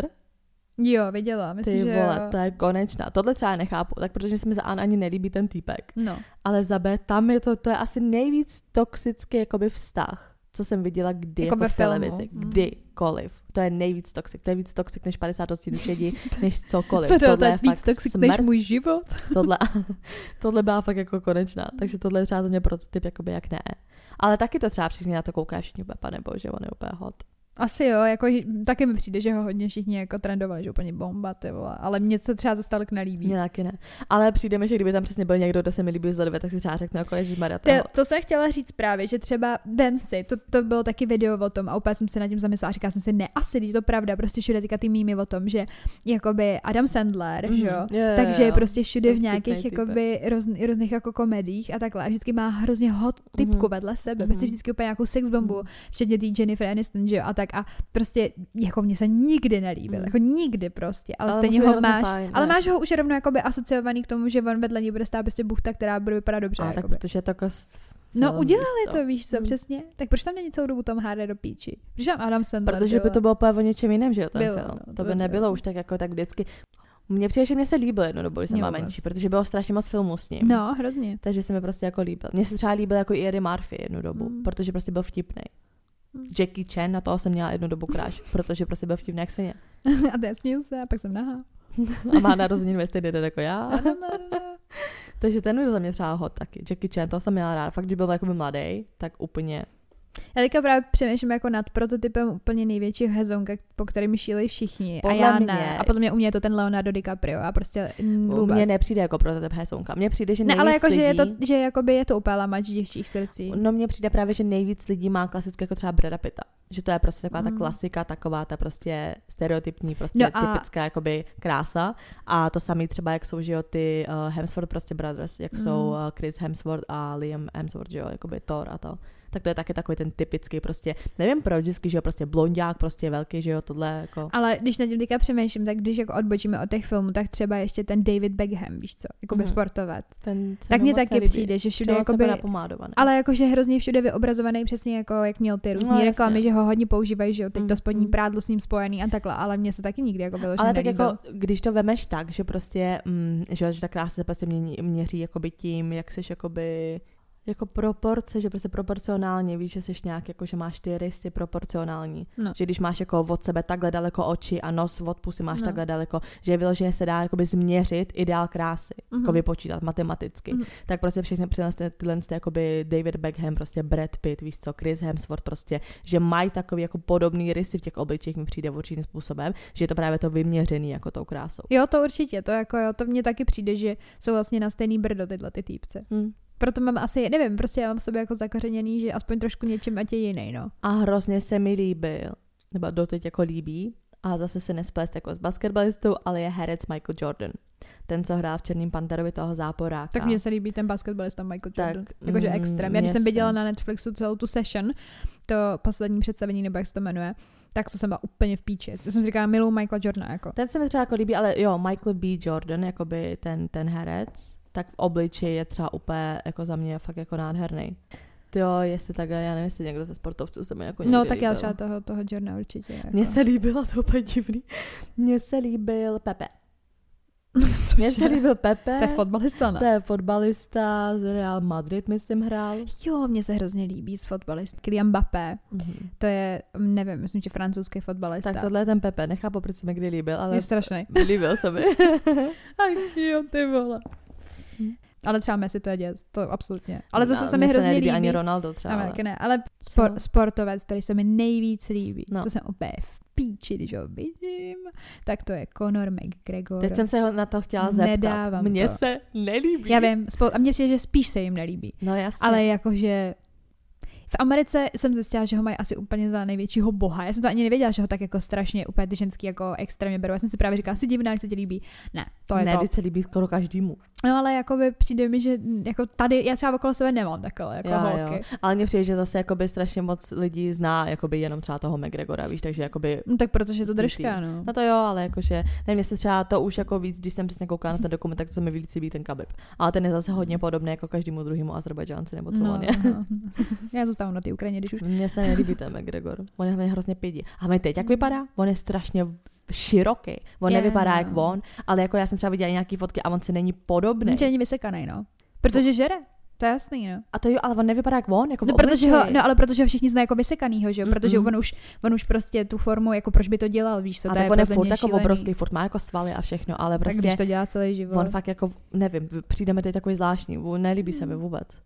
Jo, viděla, myslím, ty že vole, jo. To je konečná. Tohle třeba nechápu, tak protože se mi za A ani nelíbí ten týpek. No. Ale za B, tam je to, to je asi nejvíc toxický jakoby vztah, co jsem viděla kdy jako, jako v televizi. Mm. Kdykoliv. To je nejvíc toxic. To je víc toxic než padesát odstínů šedi, než cokoliv. To, tohle to je víc toxic smrt. Než můj život. Tohle, tohle byla fakt jako konečná. Takže tohle je třeba za mě prototyp, jakoby jak ne. Ale taky to třeba všichni na to koukají, všichni úplně, pane bože, on je úplně hot. Asi jo, jako taky mi přijde, že ho hodně všichni jako trendovali, že úplně bomba, ty vole, ale mně se třeba zase tak nelíbí. Mně taky ne. Ale přijde mi, že kdyby tam přesně byl někdo, kdo se mi líbí z ledové, tak si třeba řekne, jako ježišmarja, to, to jsem chtěla říct právě, že třeba vem si, to, to bylo taky video o tom a úplně jsem se nad tím zamyslela a říkala jsem si, ne, asi je to pravda, prostě všude teďka ty mýmy o tom, že jakoby Adam Sandler, mm, že jo, yeah, takže je prostě všude v nějakých jakoby roz, různých jako komedích a takhle a vždycky má hrozně hot typku mm, vedle sebe, mm, prostě vždycky úplně nějakou sexbombu, mm, včetně tý Jennifer Aniston, že jo, a tak a prostě jako mně se nikdy nelíbil, mm. jako nikdy prostě, ale, ale stejně ho máš, fajn, ale máš ho už rovnou jakoby asociovaný k tomu, že on vedle ní bude stát prostě buchta, která bude vypadat dobře. A tak protože to kos... No film, udělali víš to, víš co, mm. přesně. Tak proč tam není celou dobu Tom Hardy do píči? Proč tam Adam Sandler? Protože by to bylo úplně o něčem jiném, že jo, ten bylo, film. No, to by nebylo už tak jako tak vždycky. Mně přijde, že mě se líbil jednu dobu, když jsem byla menší, protože bylo strašně moc filmů s ním. No, hrozně. Takže se mi prostě jako líbil. Mně se třeba líbil jako i Eddie Murphy jednu dobu, mm. protože prostě byl vtipnej. Jackie Chan, na toho jsem měla jednu dobu kráš, protože prostě byl vtipný jak svině. A to já směju se, a pak jsem nahá. A má narozeniny ve stejný den jako já. Takže ten byl za mě třeba hot taky. Jackie Chan, toho jsem měla rád. Fakt, že byl jakoby mladý, tak úplně... Já teďka právě přemýšlím jako nad prototypem úplně největšího hezonka, po kterým šíli všichni. Podle a já mě, ne. A podle mě u mě je to ten Leonardo DiCaprio. A prostě vůbec. Mně nepřijde jako prototyp hezonka. Mně přijde, že nejvíc ne, ale jako, lidí... že je to, že jakoby je to úplně lamač děvčích srdcí. No mně přijde právě, že nejvíc lidí má klasicky jako třeba Brada Pitta. Že to je prostě taková mm. ta klasika, taková ta prostě stereotypní, prostě no a... typická jakoby krása. A to samý třeba, jak jsou, že jo, ty uh, Hemsworth prostě brothers, jak mm. jsou uh, Chris Hemsworth a Liam Hemsworth, že jo, jakoby Thor a to. tak to je taky takový ten typický prostě, nevím proč, vždycky, že jo, prostě blonďák, prostě velký, že jo, tohle jako. Ale když na tím teďka přemýšlím, tak když jako odbočíme od těch filmů, tak třeba ještě ten David Beckham, víš co, jako by mm-hmm. sportovec. Ten tak mně taky přijde, že všude jakoby, ale jakože hrozně všude vyobrazovaný přesně jako jak měl ty různý no, reklamy, že ho hodně používají, že jo, teď mm, to spodní mm. prádlo s ním spojený a takhle, ale mně se taky nikdy jako bylo, že ale tak nelíbil. jako, když to vemeš tak, že prostě, mm, že, že ta krása se prostě měří, měří jakoby tím, jak seš jakoby jako proporce, že prostě proporcionálně, víš, že jsi nějak, jako že máš ty rysy proporcionální. No. Že když máš jako od sebe takhle daleko oči a nos od pusy máš no. takhle daleko, že je vyloženě se dá jakoby změřit ideál krásy, mm-hmm. jako vypočítat matematicky. Mm-hmm. Tak prostě všechny tyhle, tyhle jakoby David Beckham, prostě Brad Pitt, víš co, Chris Hemsworth prostě, že mají takový jako podobný rysy v těch obličích, mi přijde určitým způsobem, že je to právě to vyměřený jako tou krásou. Jo, to určitě, to jako jo, to mně taky přijde, že jsou vlastně na stejný brdo tyhle ty týpce. Mm. Proto mám asi, nevím, prostě já mám v sobě jako zakořeněný, že aspoň trošku něčím ať je jiný, no. A hrozně se mi líbil, nebo doteď jako líbí, a zase se nesplést jako s basketbalistou, ale je herec Michael Jordan. Ten, co hrál v Černým panterovi toho záporáka. Tak mně se líbí ten basketbalista Michael Jordan. Jakože extrém. Já když jsem viděla na Netflixu celou tu session, to poslední představení, nebo jak se to jmenuje, tak to jsem byla úplně v píči. To jsem si říkala, miluji Michaela Jordana. Jako. Ten se mi třeba jako líbí, ale jo, Michael B. Jordan, jakoby ten, ten herec, tak v obličeji je třeba úplně jako za mě fakt jako nádherný. Jo, jestli tak, já nevím, jestli někdo ze sportovců se mi jako někdy No tak líbil. Já třeba toho, toho Jordana určitě. Jako. Mně se líbilo, to úplně divný. Mně se líbil Pepe. Mně se líbil Pepe. To je fotbalista, ne? To je fotbalista z Real Madrid, myslím, hrál. Jo, mně se hrozně líbí z fotbalist. Kylian Mbappé. Mm-hmm. To je, nevím, myslím, že francouzský fotbalista. Tak tohle je ten Pepe. Nechápu, proč se mi kdy líbil, ale... Je strašný. Líbil se mi. Aj jo, ty vole. Hm. Ale třeba Messi to je dět, to absolutně. Ale zase no, se mi hrozně líbí. Ani Ronaldo třeba. Ale, ale. Ne, ale spor, sportovec, který se mi nejvíc líbí, no. To jsem opět v píči, když ho vidím, tak to je Conor McGregor. Teď jsem se ho na to chtěla zeptat. Nedávám Mně to. se nelíbí. Já vím, a mně přijde, že spíš se jim nelíbí. No jasně. Ale jakože v Americe jsem zjistila, že ho mají asi úplně za největšího boha. Já jsem to ani nevěděla, že ho tak jako strašně úplně ty ženský jako extrémně berou. Já jsem si právě říkala, si divná, jak se ti líbí. Ne, to je ne, to. Ne, se líbí skoro každému. No ale jakoby přijde mi, že jako tady, já třeba okolo sebe nemám takhle jako já, holky. Jo. Ale mně přijde, že zase jakoby strašně moc lidí zná jakoby jenom třeba toho McGregora, víš, takže jakoby... No tak protože to držka, no. No to jo, ale jakože, nevím, jestli třeba to už jako víc, když jsem přesně koukala na ten dokument, tak to se mi víc líbí ten Khabib. Ale ten je zase hodně podobný jako každému druhému Azerbajdžánci, nebo co no, on je. No. Já zůstávám na té Ukrajině, když už... Mně se nelíbí ten McGregor. On je mě hrozně pědí. A my teď, jak vypadá? On je strašně široký. On je, nevypadá no. jak on, ale jako já jsem třeba viděla nějaký fotky a on si není podobný. Nič není vysekaný, no. Protože žere. To je jasný, no. A to jo, ale on nevypadá jak on, jako no, protože ho, no, ale protože ho všichni znají jako vysekanýho, že jo, protože on už, on už prostě tu formu, jako proč by to dělal, víš co, a to je on je furt jako obrovský, furt má jako svaly a všechno, ale prostě... Tak když to dělá celý život. On fakt jako, nevím, přijde mi teď takový zvláštní, nelíbí se mi vůbec.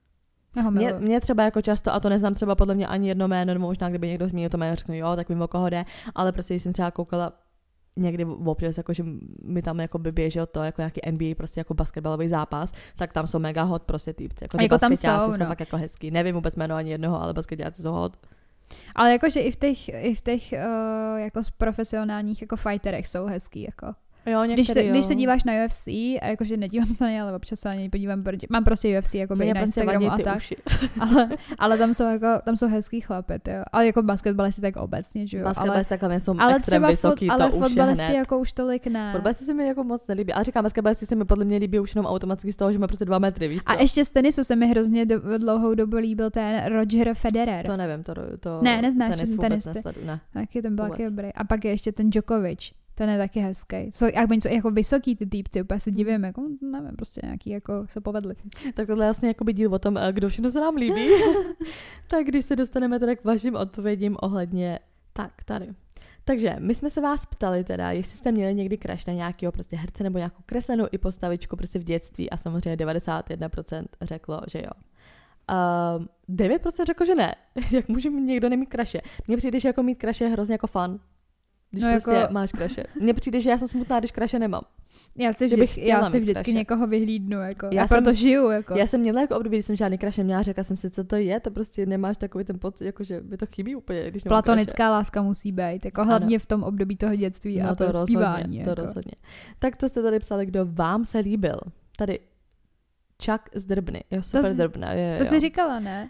Mě, mě třeba jako často, a to neznám třeba podle mě ani jedno jméno, nebo možná kdyby někdo zmínil to jméno, řeknu jo, tak vím, o koho jde, ale prostě když jsem třeba koukala někdy občas, jako, že mi tam jako by běžel to jako nějaký N B A, prostě jako basketbalový zápas, tak tam jsou mega hot prostě týpci. Jako, jako tam jsou, jsou no. fakt jako hezký. Nevím vůbec jméno ani jednoho, ale basketáci jsou hot. Ale jakože i v těch, i v těch uh, jako profesionálních jako fighterech jsou hezký, jako. Jo, když, se, jo. když se díváš na U F C, a jakože nedívám se na ně, ale občas se na ně podívám, mám prostě U F C jako by na Instagramu a tak, ale, ale tam jsou jako, tam jsou hezký chlapy, jo. Ale jako basketbalisti tak obecně, že jo. Basketbalisti takhle jsou ale extrém vysoký, fot, to ale už je fotbalisti jako už tolik ne. Fotbalisti se mi jako moc nelíbí, ale říkám, basketbalisti se mi podle mě líbí už jenom automaticky z toho, že má prostě dva metry, víš co? A ještě z tenisu se mi hrozně do, dlouhou dobu líbil ten Roger Federer. To nevím, to, to ne, neznáš tenis ten tenisty. Nesledu, ne. Taky ten byl taky dobrý. A pak je ještě ten Djokovic. Ten je taky hezký. Jsou jak, jako vysoký ty týpci, úplně se divím, jako, nevím, prostě nějaký jako se povedli. Tak tohle je vlastně jako by díl o tom, kdo všechno se nám líbí. Tak když se dostaneme teda k vašim odpovědím ohledně, tak tady. Takže my jsme se vás ptali teda, jestli jste měli někdy crush na nějakého prostě herce nebo nějakou kreslenou i postavičku prostě v dětství a samozřejmě devadesát jedna procent řeklo, že jo. Uh, devět procent řeklo, že ne. Jak může někdo nemít crushe? Mně přijde, že jako mít crush je hrozně jako fun. Když no prostě jako... máš crushe. Mně přijde, že já jsem smutná, když crushe nemám. Já si vždycky, já si vždycky crushe. Někoho vyhlídnu, jako. Já, já jsem, proto žiju, jako. Já jsem měla jako období, když jsem žádný crush neměla, řekla jsem si, co to je, to prostě nemáš takový ten pocit, jako že by to chybí úplně, když nemám platonická crushe. Láska musí být, jako hlavně ano. V tom období toho dětství no, a to toho zpívání. Jako. To rozhodně. Tak to jste tady psali, kdo vám se líbil. Tady Chuck z Drbny. Jo, super to Drbna. Je, to jo. jsi říkala, ne?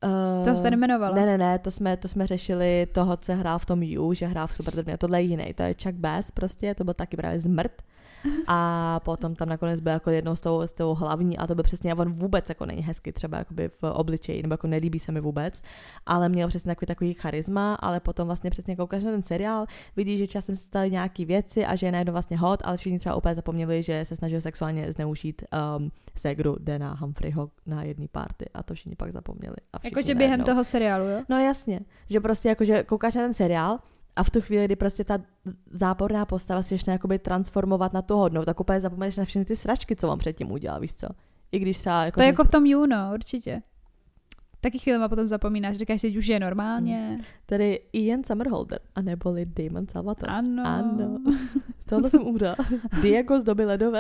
Uh, to jste nejmenovala. Ne, ne, ne, to jsme, to jsme řešili toho, co hrál v tom You, že hrál v Superdrobně. Tohle je jiný, to je Chuck Bass prostě, to byl taky právě zmrt. A potom tam nakonec byl jako jednou s tou, s tou hlavní a to byl přesně, a on vůbec jako není hezky třeba jakoby v obličeji, nebo jako nelíbí se mi vůbec, ale měl přesně takový, takový charisma, ale potom vlastně přesně koukáš na ten seriál, vidíš, že časem se staly nějaký věci a že je najednou vlastně hot, ale všichni třeba úplně zapomněli, že se snažil sexuálně zneužít um, ségru Dana Humphreyho na jedný party a to všichni pak zapomněli. Jakože během toho seriálu, jo? No jasně, že prostě jakože koukáš na ten seriál a v tu chvíli, kdy prostě ta záporná postava si ještě jakoby transformovat na tu hodnou, tak úplně zapomeneš na všechny ty sračky, co on předtím udělal, víš co? I když třeba jako... To je jako v tom You, no, určitě. Taky chvíli pokud zapomínáš, říkáš si, že už je normálně. Hmm. Tady Ian Somerhalder, a neboli Damon Salvatore. Ano. Ano. Z tohohle jsem umřela. Diego z Doby ledové.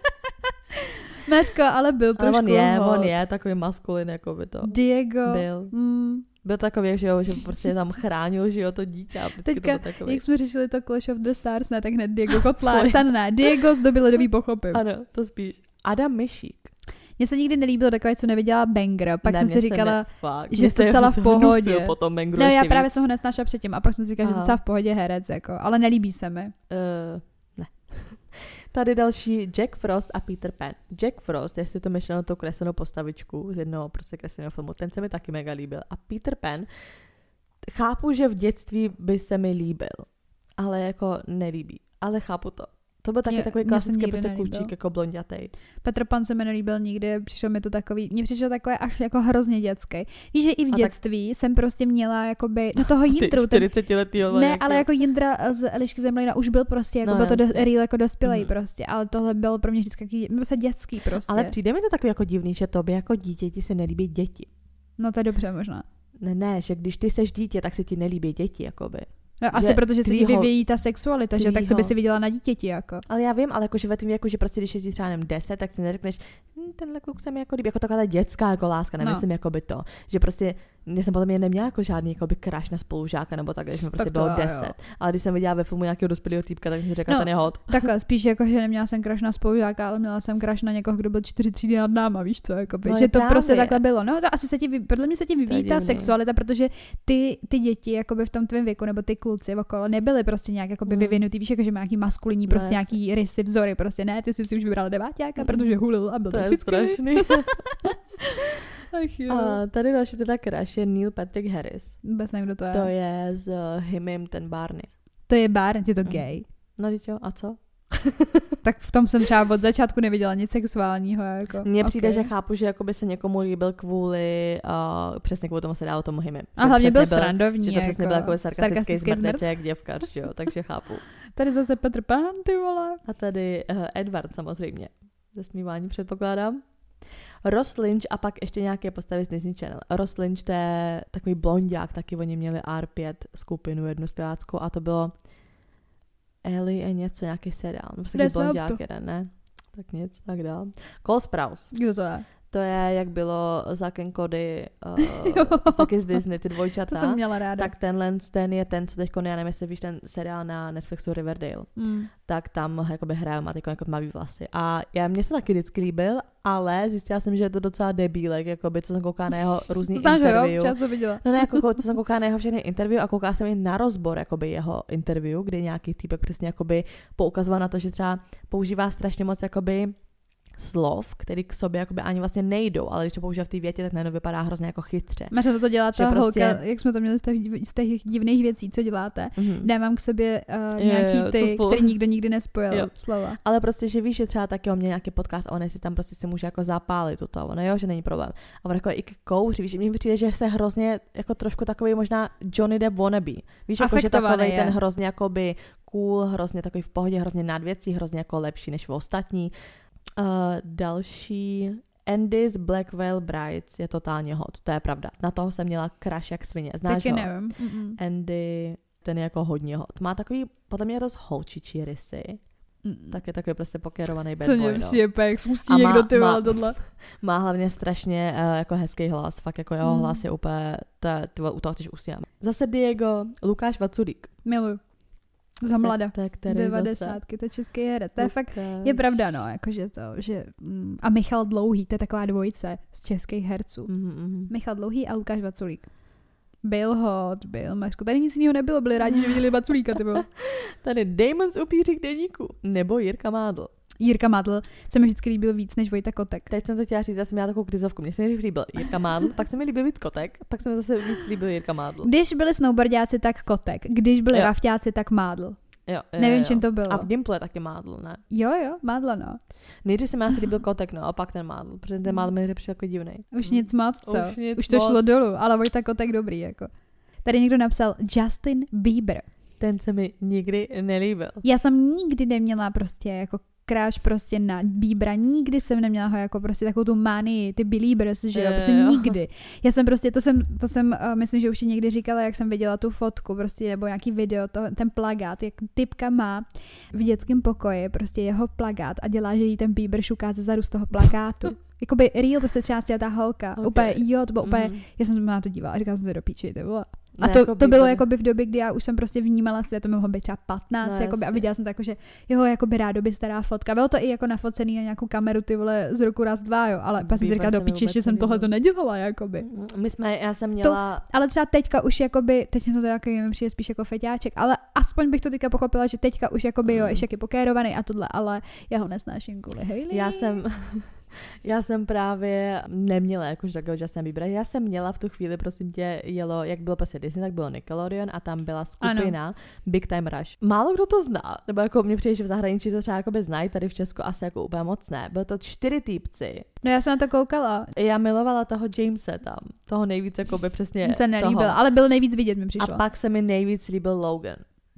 Mařko, ale byl trošku ale on je, hot. on je takový maskulin, jako by to Diego. byl. Mm. Byl takový, že jo, že prostě tam chránil, že jo, to dítě. A teďka, to jak jsme řešili to Clash of the Stars, ne, tak hned Diego Kotlár. Ten ne, Diego z Doby ledový pochopím. Ano, to spíš. Adam Myšík. Mně se nikdy nelíbilo takové, co neviděla Banger. Pak ne, jsem si říkala, ne, že že to celá v pohodě. Potom no já právě víc. jsem ho nesnášela předtím a pak jsem si říkala, Aha. že to celá v pohodě herec, jako, ale nelíbí se mi. Uh, ne. Tady další Jack Frost a Peter Pan. Jack Frost, jestli to myšleno tou kreslenou postavičku z jednoho prostě kresleného filmu, ten se mi taky mega líbil. A Peter Pan, chápu, že v dětství by se mi líbil, ale jako nelíbí. Ale chápu to. To byl taky mě, takový klasický prostě klučík, jako blondětej. Petr Pan se mi nelíbil nikdy, přišel mi to takový, mně přišel takové až jako hrozně dětský. Víš, že i v a dětství tak... jsem prostě měla jakoby, no toho Jindru. čtyřicetiletýho. Ne, ale jako Jindra z Elišky Zemlina už byl prostě, jako no, byl to do, real jako dospělej mm. prostě, ale tohle bylo pro mě vždycky prostě dětský prostě. Ale přijde mi to takový jako divný, že tobě jako dítěti se nelíbí děti. No to je dobře možná. Ne, ne, že když ty seš dítě, tak se ti nelíbí děti, jakoby. No, asi protože se ti vyvíjí ta sexualita, tvýho. Že tak co by si viděla na dítěti, jako. Ale já vím, ale jakože ve tvým věku, že prostě když je ti třeba nevím deset, tak si neřekneš, hm, tenhle kluk se mi jako líbí, jako taková dětská jako láska, nemyslím no. jako by to, že prostě já jsem potom neměla jako žádný jako by crush na spolužáka nebo tak, když mi prostě bylo deset. Ale když jsem viděla ve filmu nějakého dospělého týpka, tak jsem si řekla, no, ten je hot. Takhle, spíš jako, že neměla jsem crush na spolužáka, ale měla jsem crush na někoho, kdo byl čtyři třídy nad náma, víš co, jako by, no, že to právě. Prostě takhle bylo. No, to asi se ti, podle mě se ti vyvíjí ta sexualita, protože ty, ty děti jako by v tom tvém věku nebo ty kluci okolo nebyly prostě nějak jako by mm. vyvinutý, víš, jako že má nějaký maskulinní, prostě no, nějaký rysy, vzory, prostě ne, ty jsi si už vybrala deváťáka, mm. protože hulil a byl to toxický. Je strašný. Ach jo. A tady další teda crush je Neil Patrick Harris. Vůbec nevím, kdo to je. To je z Hymim ten Barney. To je Barney, je to gay. No teď jo, a co? Tak v tom jsem třeba od začátku neviděla nic sexuálního. Jako. Mně okay. přijde, že chápu, že jako by se někomu líbil kvůli, uh, přesně kvůli tomu seriálu tomu Hymim. A hlavně byl srandovní. Že to přesně jako byl takový sarkastický zmrteček, děvkař, jo, takže chápu. Tady zase Petr Pan, ty vole. A tady uh, Edward samozřejmě. Zasmívání předpokládám. Ross Lynch a pak ještě nějaké postavy z Disney Channel. Ross Lynch, to je takový blonďák, taky oni měli R pět skupinu, jednu zpěváckou a to bylo Ellie a něco, nějaký seriál. No, prostě blonďák jeden, ne? Tak nic, tak dál. Cole Sprouse. Kdo to je? To je, jak bylo Zack and Cody, uh, taky z Disney, ty dvojčata. To jsem měla ráda. Tak tenhle ten je ten, co teďko, já nevím, jestli víš ten seriál na Netflixu Riverdale. Mm. Tak tam jakoby hraju, má teďko jako tmavý vlasy. A já, mně se taky vždycky líbil, ale zjistila jsem, že je to docela debílek, jakoby, co jsem koukala na jeho různý Znáš interview. Znáš ho, jo? Viděla. No ne, jako, co jsem koukala na jeho všechny interview a koukala jsem i na rozbor jakoby jeho interview, kde nějaký týpek přesně jakoby poukazoval na to, že třeba používá strašně moc jakoby slov, který k sobě jakoby ani vlastně nejdou, ale když to používá v té větě, tak najednou vypadá hrozně jako chytře. Máš to dělá ta prostě... holka, jak jsme to měli z těch, z těch divných věcí, co děláte. Mm-hmm. Dávám k sobě uh, nějaký je, ty, spolu... který nikdo nikdy nespojil jo. slova. Ale prostě, že víš, že třeba taky o mě nějaký podcast a on si tam prostě si může jako zapálit tuto, ono jo, že není problém. A on jako i kouří, víš, mně přijde, že se hrozně jako trošku takový možná Johnny Depp wannabe. Víš, jako, že takovej ten hrozně jakoby cool, hrozně takový v pohodě, hrozně nad věcí, hrozně jako lepší než v ostatní. Uh, další Andy z Black Veil Brides je totálně hot, to je pravda. Na toho jsem měla crush jak svině. Znáš Taky ho? nevím. Mm-mm. Andy, ten je jako hodně hot. Má takový, podle mě dost holčičí rysy. Mm. Tak je takový prostě pokérovaný bad Co boy. Co mě přijde, jak spustí někdo ty má, tohle. Má hlavně strašně uh, jako hezký hlas, fakt jako jeho mm. hlas je úplně, t- t- u toho chceš usínat. Zase Diego, Lukáš Vaculík. Miluju. Za mlada. To je který devadesátky, to je český herec. To je fakt, je pravda, no, jakože to, že... Mm, a Michal Dlouhý, to je taková dvojice z českých herců. Mm-hmm. Michal Dlouhý a Lukáš Vaculík. Byl hot, byl Mařku. Tady nic jiného nebylo, byli rádi, že viděli Vaculíka, ty bylo. Tady Damon z Upířích deníku, nebo Jirka Mádl. Jirka Mádl se mi vždycky líbil víc než Vojta Kotek. Teď jsem to chtěla říct, já jsem měla takovou krizovku. Mně se nejdřív líbil Jirka Mádl, pak se mi líbil víc Kotek, pak se mi zase víc líbil Jirka Mádl. Když byli snowboardáci, tak Kotek. Když byli rafťáci, tak Mádl. Jo, jo, Nevím, jo. čím to bylo. A v Gimplu taky Mádl, ne? Jo, jo, Mádla, no. Nejdřív se mi asi líbil Kotek, no, a pak ten Mádl, protože ten Mádl mi přišel jako divnej. Už nic moc, co? Už, nic Už to moc. šlo dolů, ale Vojta Kotek dobrý, jako. Tady někdo napsal Justin Bieber. Ten se mi nikdy nelíbil. Já jsem nikdy neměla prostě jako kráš prostě na Biebera, nikdy jsem neměla ho jako prostě takovou tu manii, ty Beliebers, že jo, prostě jo. nikdy. Já jsem prostě, to jsem, to jsem, uh, myslím, že už ti někdy říkala, jak jsem viděla tu fotku, prostě, nebo nějaký video, to, ten plagát, jak typka má v dětském pokoji prostě jeho plagát a dělá, že jí ten Bieber šuká ze zadu z toho plakátu. Jakoby real, prostě třináctiletá holka. Okay. Úplně, jo, to bylo mm. úplně, já jsem se na to dívala a říkala jsem se do píči, to bylo. A ne, to, jako to bylo jakoby v době, kdy já už jsem prostě vnímala svět, to mohlo být třeba patnáct, no, jakoby, a viděla jsem to jako, že jo, jakoby rádoby stará fotka. Bylo to i jako nafocený na nějakou kameru, ty vole, z roku raz, dva, jo, ale pak si říkala do píči, že jsem tohle to nedělala, jakoby. My jsme, já jsem měla... To, ale třeba teďka už jakoby, teď mi to teda mi přijde spíš jako feťáček, ale aspoň bych to teďka pochopila, že teďka už jakoby, jo, ještě je pokérovaný a tohle, ale já ho nesnáším kvůli Hailey. Já jsem... Já jsem právě neměla jakož takového Justina Biebera. Já jsem měla v tu chvíli, prosím tě, jelo, jak bylo prostě Disney, tak bylo Nickelodeon a tam byla skupina ano. Big Time Rush. Málo kdo to zná, nebo jako mě přijde, že v zahraničí to třeba jakoby znají, tady v Česku asi jako úplně moc ne. Bylo to čtyři týpci. No já jsem na to koukala. Já milovala toho Jamese tam, toho nejvíc jakoby přesně mi se nelíbil, toho. ale byl nejvíc vidět, mi přišlo. A pak se mi nejvíc líbil Logan.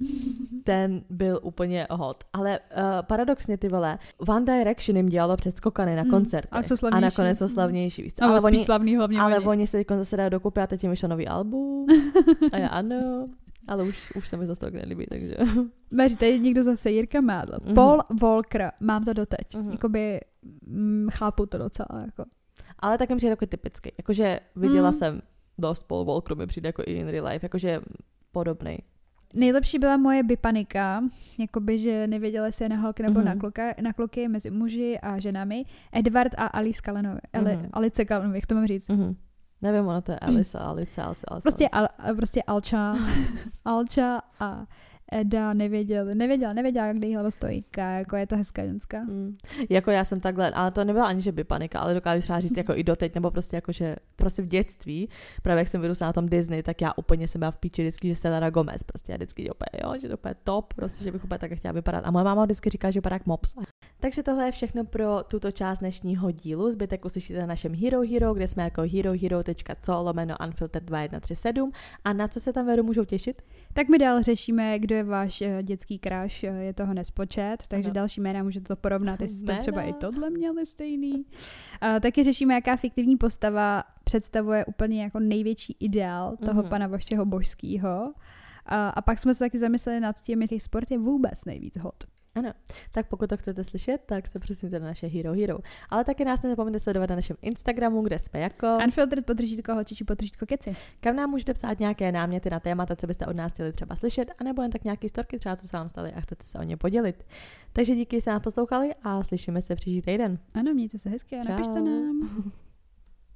Ten byl úplně hot. Ale uh, paradoxně, ty vole, One Direction jim dělalo předskokany na koncerty. Mm, a nakonec jsou slavnější. Víc. No, ale oni, slavný, hlavně ale oni. oni se teď zase dají dokupy a teď jim vyšlo nový album. A já ano, ale už, už se mi zase to nelíbí, takže... Maří, tady někdo zase Jirka Mádl. Mm-hmm. Paul Walker, mám to doteď. Mm-hmm. Jakoby mm, chápu to docela, jako. Ale taky mi přijde takový typický. Jakože viděla mm. jsem dost Paul Walker, mi přijde jako i in real life, jakože podobnej. Nejlepší byla moje bipanika, jakoby, že nevěděla, jestli je na holky nebo mm-hmm. na, kluka, na kluky mezi muži a ženami. Edward a Alice Kalenovi. Mm-hmm. Alice Kalenovi, jak to mám říct? Mm-hmm. Nevím, ono to je Alice, Alice, Alice, Alice. Prostě, al, prostě Alča, Alča a Eda nevěděl, nevěděla, nevěděla, kde jí hlava stojí. Jako je to hezká ženská. Mm. Jako já jsem takhle, ale to nebyla ani, že by panika, ale dokážu třeba říct jako i doteď, nebo prostě jako, že prostě v dětství, právě jak jsem vyrůstala na tom Disney, tak já úplně jsem byla v píči vždycky, že Selena Gomez, prostě já vždycky úplně, jo, že to úplně top, prostě, že bych úplně tak chtěla vypadat. A moje máma vždycky říká, že vypadá jak mops. Takže tohle je všechno pro tuto část dnešního dílu. Zbytek uslyšíte na našem Hero Hero, kde jsme jako herohero tečka co lomeno unfiltered dva jedna tři sedm. A na co se tam Veru můžou těšit? Tak my dál řešíme, kdo je váš dětský crush, je toho nespočet, takže ano. Další jména můžete to porovnat, jestli jste třeba i tohle měli stejný. Uh, taky řešíme, jaká fiktivní postava představuje úplně jako největší ideál toho mm-hmm. pana vašeho božského. Uh, a pak jsme se taky zamysleli nad tím, jestli sport je vůbec nejvíc hot. Ano, tak pokud to chcete slyšet, tak se přesuňte na naše Hero Hero. Ale taky nás nezapomeňte sledovat na našem Instagramu, kde jsme jako Unfiltered podržítko holčičí podržítko keci. Kam nám můžete psát nějaké náměty na témata, co byste od nás chtěli třeba slyšet, anebo jen tak nějaký storky třeba, co se vám staly a chcete se o ně podělit. Takže díky, že jste nás poslouchali a slyšíme se příští týden. Ano, mějte se hezky a napište nám.